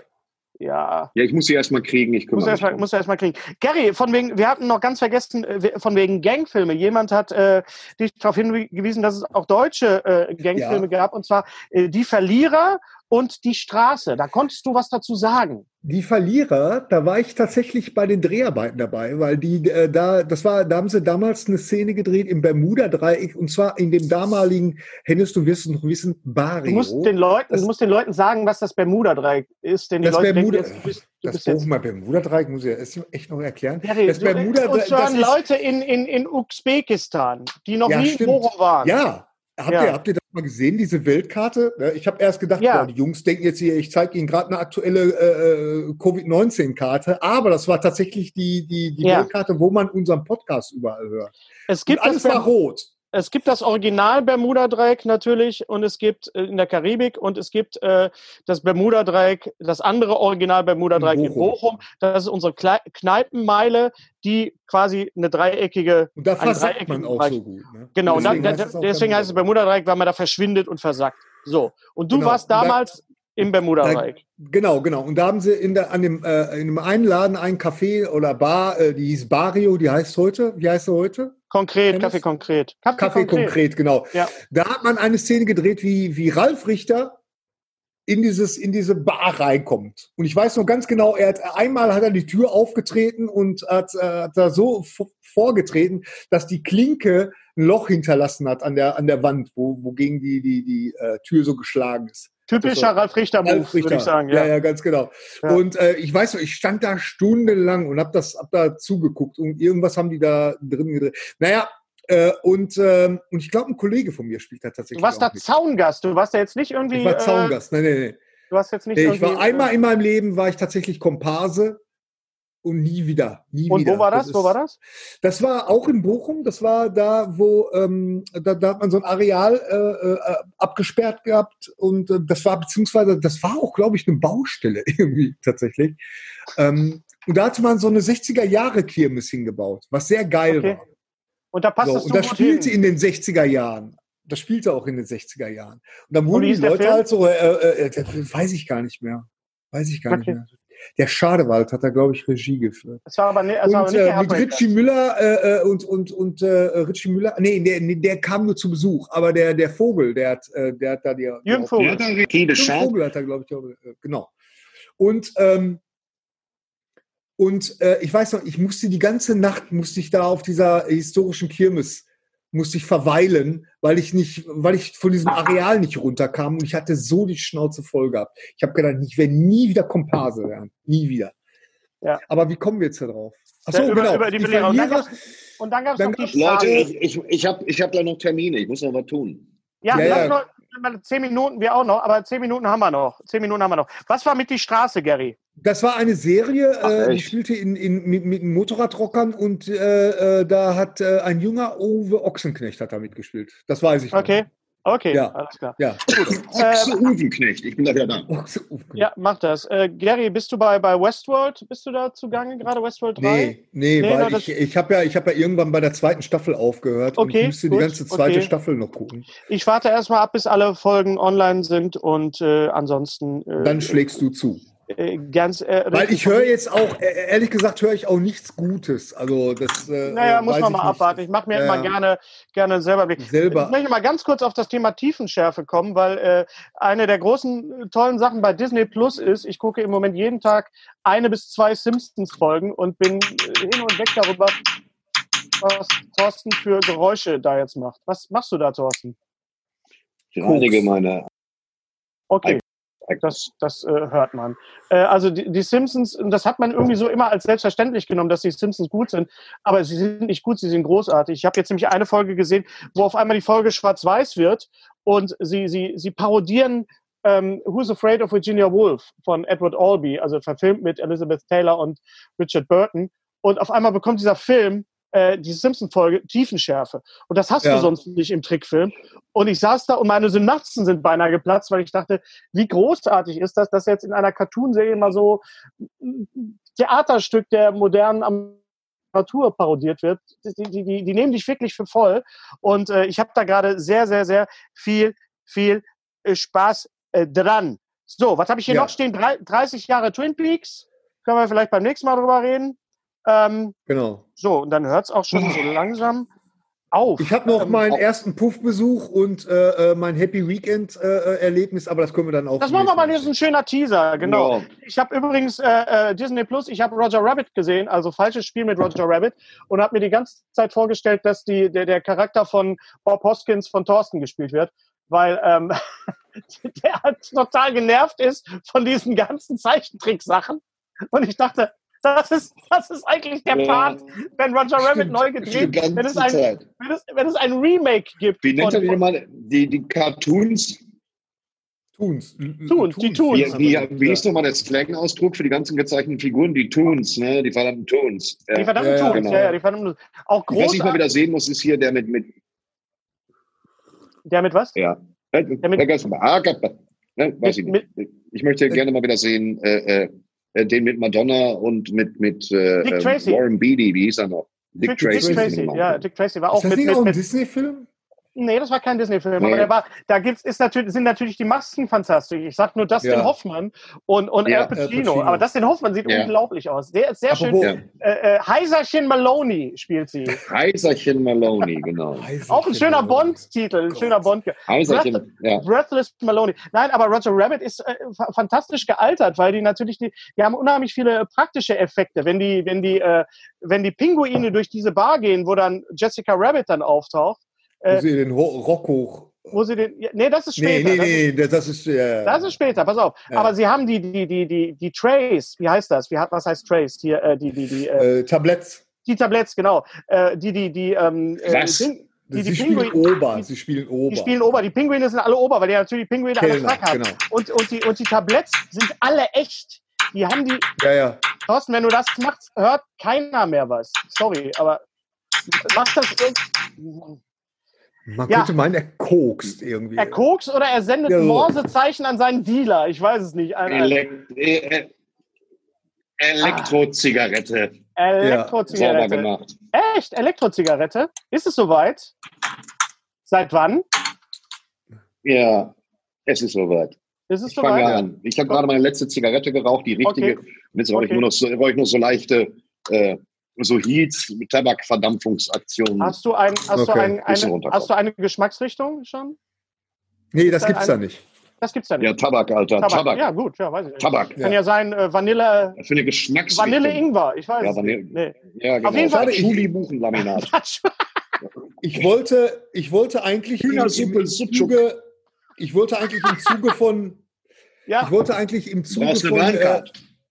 Ja, Ja, ich muss sie erstmal kriegen, ich kümmere muss mich erst mal, drum. muss erst mal kriegen. Gary, von wegen, wir hatten noch ganz vergessen, äh, von wegen Gangfilme. Jemand hat äh, dich darauf hingewiesen, dass es auch deutsche äh, Gangfilme Ja. gab, und zwar äh, Die Verlierer und Die Straße. Da konntest du was dazu sagen. Die Verlierer, da war ich tatsächlich bei den Dreharbeiten dabei, weil die äh, da, das war, da haben sie damals eine Szene gedreht im Bermuda-Dreieck und zwar in dem damaligen, Hennes, du wirst es noch wissen, Barrio. Du musst den Leuten, Das- du musst den Leuten sagen, was das Bermuda-Dreieck ist, denn die Das Leute Bermuda, denken jetzt, du bist, du das bist jetzt. Bochumer Bermuda-Dreieck muss ich ja erst echt noch erklären. Gary, das du, Bermuda, uns das hören ist, Leute in, in, in Usbekistan, die noch Ja, nie stimmt. in Bochum waren. Ja, habt, Ja. Ihr, habt ihr das mal gesehen, diese Weltkarte? Ja, ich habe erst gedacht, Ja. boah, die Jungs denken jetzt hier, ich zeige ihnen gerade eine aktuelle äh, Covid neunzehn Karte, aber das war tatsächlich die, die, die Ja. Weltkarte, wo man unseren Podcast überall hört. Es Und gibt alles das war rot. Es gibt das Original Bermuda-Dreieck natürlich und es gibt äh, in der Karibik und es gibt äh, das Bermuda-Dreieck, das andere Original Bermuda-Dreieck in In Bochum. Bochum. Das ist unsere Kle Kneipenmeile, die quasi eine dreieckige. Und da einen versagt man dreieckigen auch Bereich- so gut. Ne? Genau, und dann, Deswegen da, heißt es auch deswegen heißt es Bermuda-Dreieck, weil man da verschwindet und versackt. So. Und du Genau. warst damals im Bermuda-Dreieck. Genau, genau. Und da haben sie in, der, an dem, äh, in einem einen Laden einen Café oder Bar, äh, die hieß Barrio, die heißt heute, wie heißt sie heute? Konkret, Dennis? Kaffee konkret. Kaffee, Kaffee konkret, genau. Ja. Da hat man eine Szene gedreht, wie, wie Ralf Richter in dieses, in diese Bar reinkommt. Und ich weiß noch ganz genau, er hat, einmal hat er die Tür aufgetreten und hat, äh, hat da so v- vorgetreten, dass die Klinke ein Loch hinterlassen hat an der, an der Wand, wo, wogegen die, die, die äh, Tür so geschlagen ist. Typischer so, Ralf Richter-Move, Ralf Richter. würde ich sagen. Ja, Ja, ja, ganz genau. Ja. Und äh, ich weiß noch, ich stand da stundenlang und hab das, hab da zugeguckt und irgendwas haben die da drin gedreht. Naja, Äh, und, ähm, und ich glaube, ein Kollege von mir spielt da tatsächlich. Du warst da mit. Zaungast, du warst da jetzt nicht irgendwie. Ich war Zaungast, äh, nein, nein, nein. Du warst jetzt nicht nee, irgendwie. Ich war einmal in meinem Leben, war ich tatsächlich Komparse und nie wieder. Nie und wieder. wo war das? das wo ist, war das? Das war auch in Bochum, das war da, wo, ähm, da, da hat man so ein Areal äh, äh, abgesperrt gehabt und äh, das war, beziehungsweise, das war auch, glaube ich, eine Baustelle irgendwie tatsächlich. Ähm, und da hatte man so eine sechziger-Jahre-Kirmes hingebaut, was sehr geil Okay. war. Und da passt So, es und so das gut spielte hin. in den sechziger Jahren. Das spielte auch in den sechziger Jahren. Und dann Und wurden wie die hieß der Leute Film? halt so, äh, äh, äh, weiß ich gar nicht mehr. Weiß ich gar Okay. nicht mehr. Der Schadewald hat da, glaube ich, Regie geführt. Das war aber, ne, das war aber Und nicht der äh, mit Heartbreakers. Richie Müller äh, und, und, und äh, Richie Müller, nee, der, nee, der kam nur zu Besuch, aber der, der Vogel, der hat, äh, der hat da die. Jürgen die Vogel. Jede Jürgen Schad. Vogel hat da, glaube ich, auch, äh, genau. Und, ähm, und äh, ich weiß noch, ich musste die ganze Nacht, musste ich da auf dieser historischen Kirmes, musste ich verweilen, weil ich nicht, weil ich von diesem Areal nicht runterkam und ich hatte so die Schnauze voll gehabt. Ich habe gedacht, ich werde nie wieder Komparse werden. Nie wieder. Ja. Aber wie kommen wir jetzt da drauf? Achso, Ja, über- genau. über die ich Belehrung. Und dann verliere, gab's- Und dann gab es Dann noch die gab's- Leute, Straße. ich, ich, ich habe ich hab da noch Termine, ich muss noch was tun. Ja, Ja, lass ja. Noch, zehn Minuten, wir auch noch, aber zehn Minuten haben wir noch. Zehn Minuten haben wir noch. Was war mit die Straße, Gary? das war eine Serie, Ach, äh, die echt? spielte in, in, mit, mit Motorradrockern und äh, äh, da hat äh, ein junger Uwe Ochsenknecht hat da mitgespielt. Das weiß ich noch. Okay, okay, Ja. alles klar. Ja. Ochse Uwenknecht, ich bin da wieder da. Ochse, Uwe. Ja, mach das. Äh, Gary, bist du bei, bei Westworld? Bist du da zugange gerade, Westworld drei? Nee, nee, Nee, weil no, das- ich, ich habe ja, ich hab ja irgendwann bei der zweiten Staffel aufgehört und Okay, ich müsste gut, die ganze zweite okay. Staffel noch gucken. Ich warte erstmal ab, bis alle Folgen online sind und äh, ansonsten. Äh, Dann schlägst du zu. äh, ganz. Äh, Weil ich höre jetzt auch, äh, ehrlich gesagt, höre ich auch nichts Gutes. Also das. Äh, Naja, muss weiß man ich mal nicht. abwarten. Ich mache mir Ja. immer gerne, gerne selber Blick. Selber. Ich möchte mal ganz kurz auf das Thema Tiefenschärfe kommen, weil äh, eine der großen äh, tollen Sachen bei Disney Plus ist, ich gucke im Moment jeden Tag eine bis zwei Simpsons-Folgen und bin äh, hin und weg darüber, was Thorsten für Geräusche da jetzt macht. Was machst du da, Thorsten? Ich reinige meine. Okay. Das, das äh, hört man. Äh, also die, die Simpsons, das hat man irgendwie so immer als selbstverständlich genommen, dass die Simpsons gut sind. Aber sie sind nicht gut, sie sind großartig. Ich habe jetzt nämlich eine Folge gesehen, wo auf einmal die Folge schwarz-weiß wird und sie, sie, sie parodieren ähm, Who's Afraid of Virginia Woolf von Edward Albee, also verfilmt mit Elizabeth Taylor und Richard Burton. Und auf einmal bekommt dieser Film äh, die Simpsons-Folge Tiefenschärfe. Und das hast Ja. du sonst nicht im Trickfilm. Und ich saß da und meine Synapsen sind beinahe geplatzt, weil ich dachte, wie großartig ist das, dass jetzt in einer Cartoon-Serie mal so ein Theaterstück der modernen Amateur parodiert wird. Die, die, die, die nehmen dich wirklich für voll. Und äh, ich habe da gerade sehr, sehr, sehr viel, viel äh, Spaß äh, dran. So, was habe ich hier Ja. noch stehen? Drei, dreißig Jahre Twin Peaks. Können wir vielleicht beim nächsten Mal drüber reden. Ähm, Genau. so, und dann hört es auch schon so langsam auf. Ich habe noch Ähm, meinen auf. ersten Puffbesuch und äh, äh, mein Happy Weekend äh, Erlebnis, aber das können wir dann auch. Das machen wir mal, das ist ein schöner Teaser, genau. Ja. Ich habe übrigens äh, äh, Disney Plus, ich habe Roger Rabbit gesehen, also falsches Spiel mit Roger Rabbit und habe mir die ganze Zeit vorgestellt, dass die, der, der Charakter von Bob Hoskins von Thorsten gespielt wird, weil ähm, der halt total genervt ist von diesen ganzen Zeichentricksachen und ich dachte, das ist, das ist eigentlich der Ja. Part, wenn Roger Rabbit Stimmt, neu die gedreht, ganze wenn es, ein, Zeit. wenn, es, wenn es ein Remake gibt. Wie nennt er von- die nochmal? Die, die Cartoons. Toons. Toons, die Toons. Wie, wie, wie ist nochmal der Slang-Ausdruck für die ganzen gezeichneten Figuren? Die Toons, ne? Die verdammten Toons. Ja. Die verdammten Ja, ja, Toons, genau. ja, ja, die verdammten Auch Was ich mal großartig. wieder sehen muss, ist hier der mit. mit Der mit was? ja. mit- Ah, ne? Weiß ich Mit- nicht. Ich möchte gerne mal wieder sehen, äh, äh, den mit Madonna und mit, mit äh, Dick ähm, Tracy. Warren Beatty. Wie hieß er noch? Dick, Dick Tracy. Dick Tracy, ja, Dick Tracy war auch Ist das mit, nicht mit, auch ein mit Disney-Film? Nee, das war kein Disney-Film, Nee. aber der war, da gibt's, ist natürlich, sind natürlich die Masken fantastisch. Ich sag nur Dustin Ja. Hoffmann und, und Ja, Al Pacino. Al Pacino. Aber Dustin Hoffmann sieht Ja. unglaublich aus. Der ist sehr Apropos- schön. Äh, äh, Heiserchen Maloney spielt sie. Heiserchen Maloney, genau. Auch ein schöner Bond-Titel, ein schöner Bond. Heiserchen, ja. Breathless Maloney. Nein, aber Roger Rabbit ist äh, fa- fantastisch gealtert, weil die natürlich, die, die haben unheimlich viele praktische Effekte. Wenn die, wenn die, äh, wenn die Pinguine durch diese Bar gehen, wo dann Jessica Rabbit dann auftaucht, Wo äh, sie den Ho- Rock hoch. wo sie den, ja, nee, das ist Nee, später. nee, das ist, nee, das ist. Ja, Das ist später, pass auf. Ja. Aber sie haben die, die, die, die, die Trays, wie heißt das? Wie hat, was heißt Trays? Hier, äh, die, die, die, äh, äh, Tabletts. die Tabletts, genau. Äh, die, die, die, ähm, äh, Was? Ding- die, Sie die spielen Pinguine, Ober. die, Sie spielen Ober. die spielen Ober. Die Pinguine sind alle Ober, weil die natürlich die Pinguine alle Kellner, Frack haben. genau. Und, und, die, und die Tabletts sind alle echt. Die haben die, Ja, ja. Thorsten, wenn du das machst, hört keiner mehr was. Sorry, aber mach das irgendwie. Man Ja. könnte meinen, er kokst irgendwie. Er kokst oder er sendet Ja, so. Morsezeichen an seinen Dealer. Ich weiß es nicht. Ein, ein Elek äh, Elektrozigarette. Sauber Elektrozigarette. gemacht. Echt? Elektrozigarette? Ist es soweit? Seit wann? Ja, es ist soweit. Ist es Ich fange soweit? an. Ich habe gerade meine letzte Zigarette geraucht, die richtige. Okay. Und jetzt rauche ich Okay. nur noch so, rauche ich nur so leichte äh, so Heats mit Tabakverdampfungsaktionen. Hast du, ein, hast, du Okay. ein, Bisschen eine, runterkommen. hast du eine Geschmacksrichtung schon? Nee, das Ist da gibt's da ein- nicht. Das gibt's da nicht. Ja, Tabak, Alter. Tabak. Tabak. Ja, gut, ja, weiß ich nicht. Tabak. Kann ja sein, äh, Vanille, Für eine Geschmacksrichtung. Vanille-Ingwer, ich weiß Ja, es Vanille- nicht. Nee. Ja, genau. Auf jeden Fall- Schade, ich- Schuli-Buchenlaminat. Ich wollte, ich wollte eigentlich im, Hühnersuppe, im Sucuk. Zuge, ich wollte eigentlich im Zuge von, Ja, ich wollte eigentlich im Du Zuge brauchst eine von, äh, Bahncard.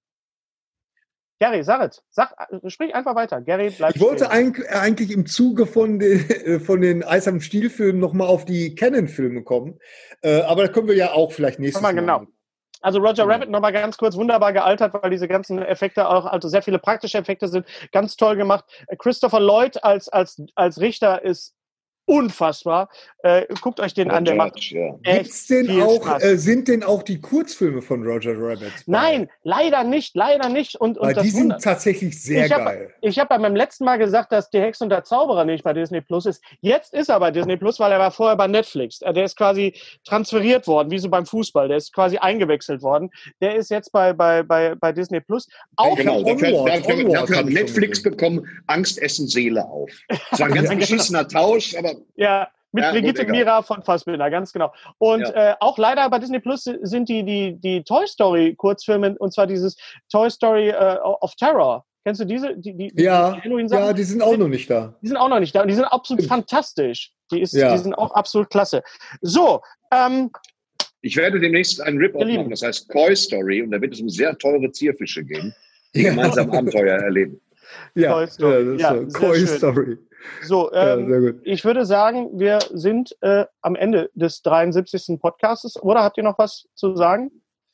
Gary, sag es. Sag, äh, sprich einfach weiter. Gary, bleib ich wollte stehen. eigentlich, eigentlich im Zuge von den, äh, von den Eis am Stiel-Filmen nochmal auf die Canon-Filme kommen. Äh, aber da können wir ja auch vielleicht nächstes Mal Mal. genau. Also Roger Genau. Rabbit nochmal ganz kurz, wunderbar gealtert, weil diese ganzen Effekte auch, also sehr viele praktische Effekte sind ganz toll gemacht. Christopher Lloyd als, als, als Richter ist unfassbar. Äh, guckt euch den an, der macht Judge, ja. echt Gibt's denn viel auch, Spaß. äh, sind denn auch die Kurzfilme von Roger Rabbit? Nein, leider nicht, leider nicht. Und, und Weil das die sind Wunder- tatsächlich sehr ich habe geil. ich hab beim letzten Mal gesagt, dass die Hexe und der Zauberer nicht bei Disney Plus ist. Jetzt ist er bei Disney Plus, weil er war vorher bei Netflix. Äh, Der ist quasi transferiert worden, wie so beim Fußball. Der ist quasi eingewechselt worden. Der ist jetzt bei, bei, bei, bei Disney Plus. Auch Genau, Onward, dafür, dafür, Onward dafür hab hat ich schon Netflix gesehen. bekommen, Angst essen Seele auf. Das war ein ganz Ja, beschissener Tausch, aber ja, mit Ja, gut, Brigitte egal. Mira von Fassbinder, ganz genau. Und Ja. äh, auch leider bei Disney Plus sind die, die, die Toy Story Kurzfilme, und zwar dieses Toy Story äh, of Terror. Kennst du diese? Die, die, Ja, die Halloween-Sachen? ja, die sind auch noch nicht da. Die sind auch noch nicht da und die sind absolut Stimmt. fantastisch. Die, ist, Ja. die sind auch absolut klasse. So, ähm, ich werde demnächst einen Rip-Off Ihr Lieben. machen, das heißt Koi Story, und da wird es um sehr teure Zierfische gehen, die Ja. gemeinsam Abenteuer erleben. Ja, Toy Story. ja, das ist Ja, so. sehr Koi schön. Story. so Ja, ähm, sehr gut. ich würde sagen, wir sind äh, am Ende des dreiundsiebzigsten Podcasts. Oder habt ihr noch was zu sagen?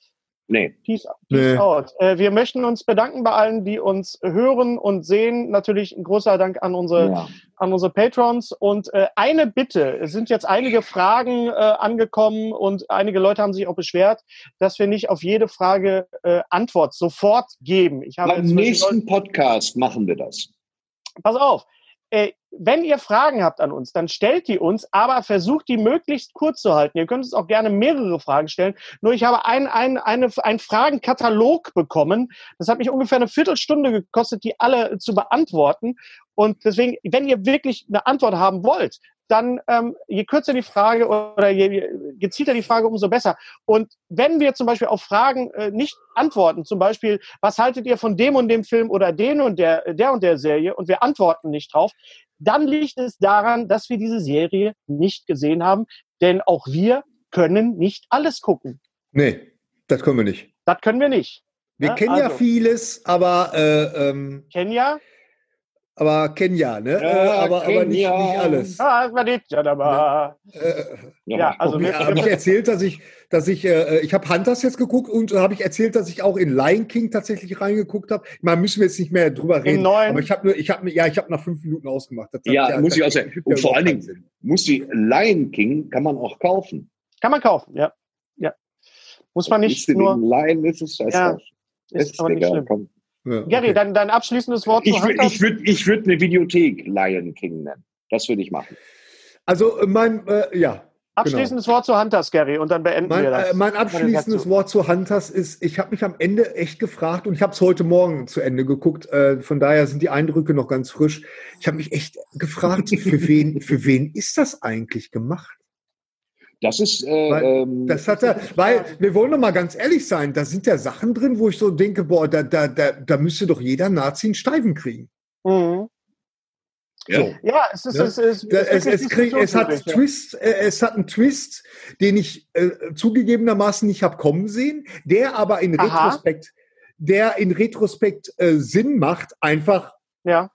Nee. Peace, peace Nee. out. Äh, wir möchten uns bedanken bei allen, die uns hören und sehen. Natürlich ein großer Dank an unsere, Ja. an unsere Patrons. Und äh, eine Bitte, es sind jetzt einige Fragen äh, angekommen und einige Leute haben sich auch beschwert, dass wir nicht auf jede Frage äh, Antwort sofort geben. Ich habe Beim jetzt zum Beispiel nächsten Podcast machen wir das. Pass auf, äh, wenn ihr Fragen habt an uns, dann stellt die uns, aber versucht die möglichst kurz zu halten. Ihr könnt uns auch gerne mehrere Fragen stellen. Nur ich habe ein, ein, eine, einen Fragenkatalog bekommen. Das hat mich ungefähr eine Viertelstunde gekostet, die alle zu beantworten. Und deswegen, wenn ihr wirklich eine Antwort haben wollt, dann ähm, je kürzer die Frage oder je, je gezielter die Frage, umso besser. Und wenn wir zum Beispiel auf Fragen äh, nicht antworten, zum Beispiel, was haltet ihr von dem und dem Film oder den und der, der und der Serie, und wir antworten nicht drauf, dann liegt es daran, dass wir diese Serie nicht gesehen haben, denn auch wir können nicht alles gucken. Nee, das können wir nicht. Das können wir nicht. Wir Ja, kennen ja also. vieles, aber, äh, ähm, Kenya? aber kennen ja, ne? Ja, äh, aber aber nicht, Kenya. nicht alles. Ah, das war nicht, ja, da war. Äh, Ja, also wir, habe ich erzählt, dass ich, dass ich, äh, ich habe Hunters jetzt geguckt und habe ich erzählt, dass ich auch in Lion King tatsächlich reingeguckt habe. Ich meine, müssen wir jetzt nicht mehr drüber reden. neuen? Aber ich habe nur, ich habe, ja, ich habe nach fünf Minuten ausgemacht. Das, Ja, das- muss ich auch das sagen. ergibt Und ja vor überhaupt allen keinen Dingen muss die Lion King, kann man auch kaufen. kann man kaufen, ja. ja. Muss man nicht Ist die nur. wegen Lion, ist es scheiße. Ja, ist aber nicht egal, schlimm. komm. Sinn. Ja, Gary, okay. dein, dein abschließendes Wort zu Ich würde Hunters? ich würd, ich würd eine Videothek Lion King nennen. Das würde ich machen. Also mein, äh, ja. Abschließendes genau. Wort zu Hunters, Gary, und dann beenden mein, wir das. Äh, mein abschließendes Wort zu Hunters ist, ich habe mich am Ende echt gefragt, und ich habe es heute Morgen zu Ende geguckt, äh, von daher sind die Eindrücke noch ganz frisch. Ich habe mich echt gefragt, für wen, für wen ist das eigentlich gemacht? Das ist, äh, weil, ähm, das hat er, weil wir wollen doch mal ganz ehrlich sein, da sind ja Sachen drin, wo ich so denke, boah, da, da, da, da müsste doch jeder Nazi einen Steifen kriegen. Mhm. Ja. So. ja, es ist, ja. es, ist, es, es, es, krieg, es hat ja. Twist, äh, es hat einen Twist, den ich äh, zugegebenermaßen nicht habe kommen sehen, der aber in Aha. Retrospekt, der in Retrospekt äh, Sinn macht, einfach ja.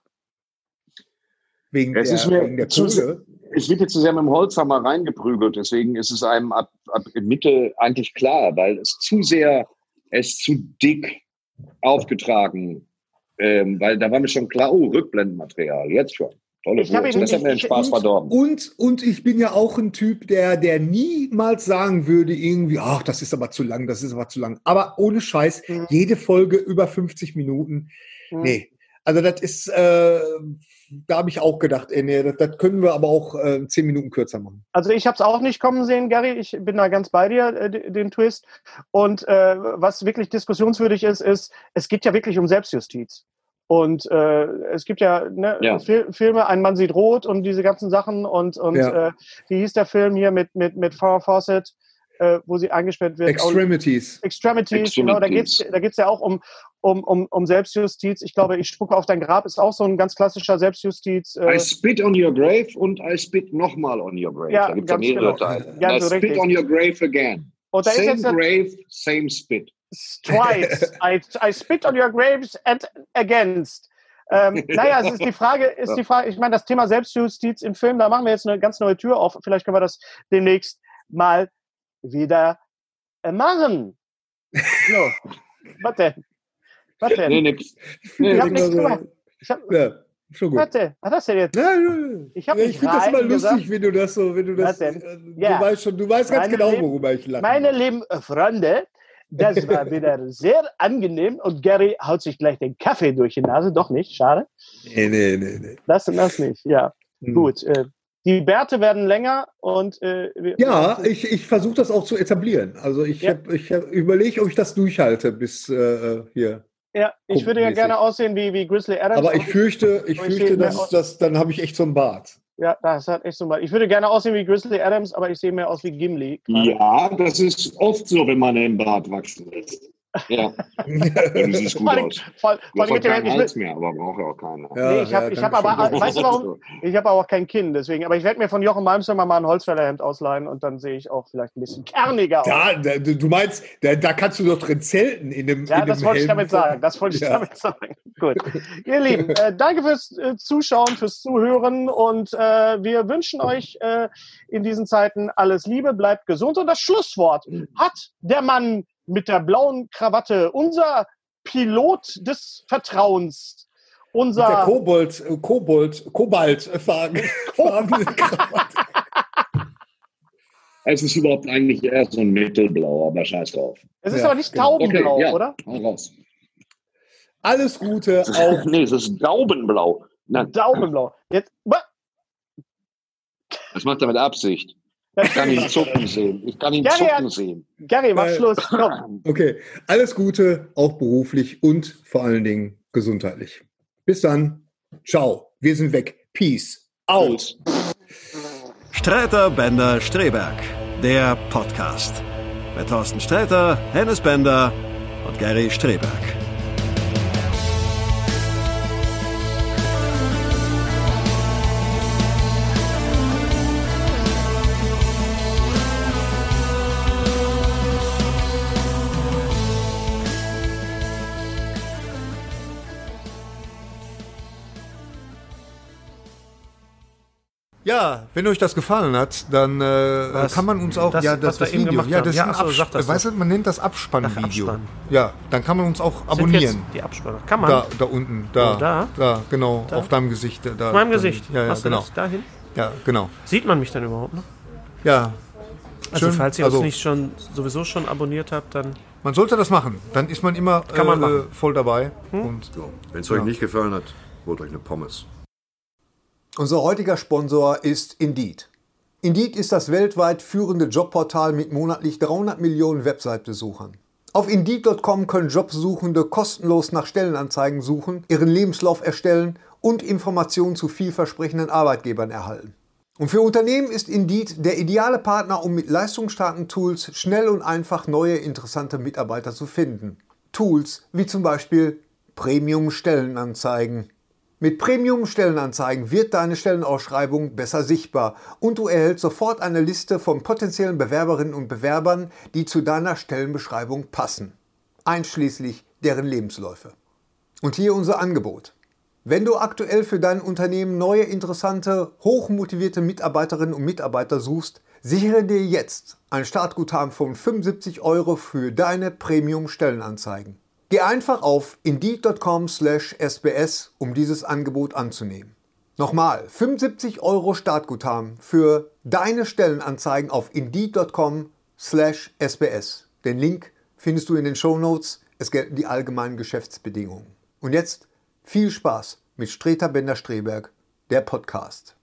wegen es der, ist mir wegen der zu, Kohle. Es wird jetzt zu sehr mit dem Holzhammer reingeprügelt, deswegen ist es einem ab, ab Mitte eigentlich klar, weil es zu sehr, es ist zu dick aufgetragen. Ähm, weil da war mir schon klar, oh, Rückblendenmaterial, jetzt schon. Tolle ich Wurst. Ihn, das hat mir den Spaß und, verdorben. Und, und ich bin ja auch ein Typ, der, der niemals sagen würde, irgendwie, ach, das ist aber zu lang, das ist aber zu lang. Aber ohne Scheiß, mhm. jede Folge über fünfzig Minuten. Mhm. Nee. Also das ist, äh, da habe ich auch gedacht, ey, nee, das, das können wir aber auch äh, zehn Minuten kürzer machen. Also ich habe es auch nicht kommen sehen, Gary. Ich bin da ganz bei dir, äh, den Twist. Und äh, was wirklich diskussionswürdig ist, ist, es geht ja wirklich um Selbstjustiz. Und äh, es gibt ja, ne, ja. Fil- Filme, Ein Mann sieht rot und diese ganzen Sachen. Und, und ja. äh, wie hieß der Film hier mit, mit, mit Farrah Fawcett, äh, wo sie eingesperrt wird? Extremities. Extremities, Extremities. Genau, da geht's da geht's ja auch um, um, um, um Selbstjustiz. Ich glaube, Ich spucke auf dein Grab ist auch so ein ganz klassischer Selbstjustiz. Äh, I spit on your grave und I spit nochmal on your grave. Ja, da gibt es ja mehrere genau. Teile. Ganz I so spit richtig. on your grave again. Und da same ist jetzt grave, same spit. Twice. I, I spit on your graves and against. ähm, naja, es ist die Frage, ist die Frage, ich meine, das Thema Selbstjustiz im Film, da machen wir jetzt eine ganz neue Tür auf. Vielleicht können wir das demnächst mal wieder machen. So. Was denn? Was denn? Nee, nix. Nee, ich hab nichts gemacht. Ich hab, ja, schon gut. Warte, was hast du denn jetzt? Ja, ja, ich hab ich finde das immer lustig, gesagt, wenn du das so, wenn du das, denn? Äh, du Ja. weißt schon, du weißt ganz Meine genau, lieb- worüber ich lache. Meine lieben Freunde, das war wieder sehr angenehm und Gary haut sich gleich den Kaffee durch die Nase. Doch nicht, schade. Nee, nee, nee, nee. Das und das nicht, ja. Hm. Gut, äh, die Bärte werden länger und äh, wir, Ja, ich, ich versuche das auch zu etablieren. Also ich, Ja. hab- ich hab- überlege, ob ich das durchhalte bis äh, hier. Ja, ich würde ja Gruppenmäßig. gerne aussehen wie, wie Grizzly Adams. Aber ich fürchte, ich Aber ich fürchte, sehe mehr dass, aus- dass dann habe ich echt so einen Bart. Ja, das hat echt so mal. Ich würde gerne aussehen wie Grizzly Adams, aber ich sehe mehr aus wie Gimli. gerade. Ja, das ist oft so, wenn man den Bart wachsen lässt. Ja, dann sieht es gut Vor allem- aus. vor- Du vor hast allem auch mit dem- keinen ich Hals will- mehr, aber braucht ja auch keiner. Ja, Nee, ich habe ja, ich hab danke aber, schön. weißt du warum? Ich habe aber auch kein Kinn, deswegen. Aber ich werde mir von Jochen Malmström mal ein Holzfällerhemd ausleihen und dann sehe ich auch vielleicht ein bisschen kerniger aus. Da, da, du meinst, da, da kannst du doch drin zelten in dem Ja, in das dem wollte ich Helm damit von- sagen. Das wollte ich Ja. damit sagen. Gut. Ihr Lieben, äh, danke fürs äh, Zuschauen, fürs Zuhören und äh, wir wünschen euch äh, in diesen Zeiten alles Liebe, bleibt gesund. Und das Schlusswort hat der Mann mit der blauen Krawatte, unser Pilot des Vertrauens, Mit der unser Kobold, äh, Kobold, Kobaltfarben. Es ist überhaupt eigentlich eher so ein mittelblauer, aber scheiß drauf. Es ist Ja, aber nicht genau. taubenblau, Okay, ja, oder? hau raus. Alles Gute auch. Nee, es ist Daubenblau. Nein, Daumenblau. Jetzt. das macht er mit Absicht. Ich kann ihn zucken sehen. Ich kann ihn Ja, ja. zucken sehen. Gary, mach Äh, Schluss. Komm. Okay, alles Gute, auch beruflich und vor allen Dingen gesundheitlich. Bis dann. Ciao. Wir sind weg. Peace. Out. Sträter, Bender, Streberg, der Podcast. Mit Thorsten Sträter, Hennes Bender und Gary Streberg. Ja, wenn euch das gefallen hat, dann äh, Was? kann man uns auch Das, ja was wir eben gemacht ja, haben. das Ja, ist ein ach so, Abs- sag das weißt doch. du, man nennt das Abspannvideo. Ach, Abspann. Ja, dann kann man uns auch Sind wir abonnieren. jetzt die Abspann. Kann man? Da, da unten, da, Oh, da? da, genau, Da? auf deinem Gesicht. Da, Auf meinem da, Gesicht. Ja, ja, Hast du genau. das dahin? Ja, genau. Sieht man mich dann überhaupt noch? Ja. Also Schön. falls ihr Also, uns nicht schon sowieso schon abonniert habt, dann man sollte das machen. Dann ist man immer Kann man äh, machen. voll dabei. Und So, wenn es euch Ja. nicht gefallen hat, holt euch eine Pommes. unser heutiger Sponsor ist Indeed. Indeed ist das weltweit führende Jobportal mit monatlich dreihundert Millionen Website-Besuchern. Auf Indeed Punkt com können Jobsuchende kostenlos nach Stellenanzeigen suchen, ihren Lebenslauf erstellen und Informationen zu vielversprechenden Arbeitgebern erhalten. Und für Unternehmen ist Indeed der ideale Partner, um mit leistungsstarken Tools schnell und einfach neue interessante Mitarbeiter zu finden. Tools wie zum Beispiel Premium-Stellenanzeigen. Mit Premium-Stellenanzeigen wird deine Stellenausschreibung besser sichtbar und du erhältst sofort eine Liste von potenziellen Bewerberinnen und Bewerbern, die zu deiner Stellenbeschreibung passen, einschließlich deren Lebensläufe. Und hier unser Angebot. Wenn du aktuell für dein Unternehmen neue, interessante, hochmotivierte Mitarbeiterinnen und Mitarbeiter suchst, sichere dir jetzt ein Startguthaben von fünfundsiebzig Euro für deine Premium-Stellenanzeigen. Geh einfach auf Indeed Punkt com slash S B S, um dieses Angebot anzunehmen. Nochmal, fünfundsiebzig Euro Startguthaben für deine Stellenanzeigen auf Indeed Punkt com slash S B S. Den Link findest du in den Shownotes. Es gelten die allgemeinen Geschäftsbedingungen. Und jetzt viel Spaß mit Streter Bender-Streberg, der Podcast.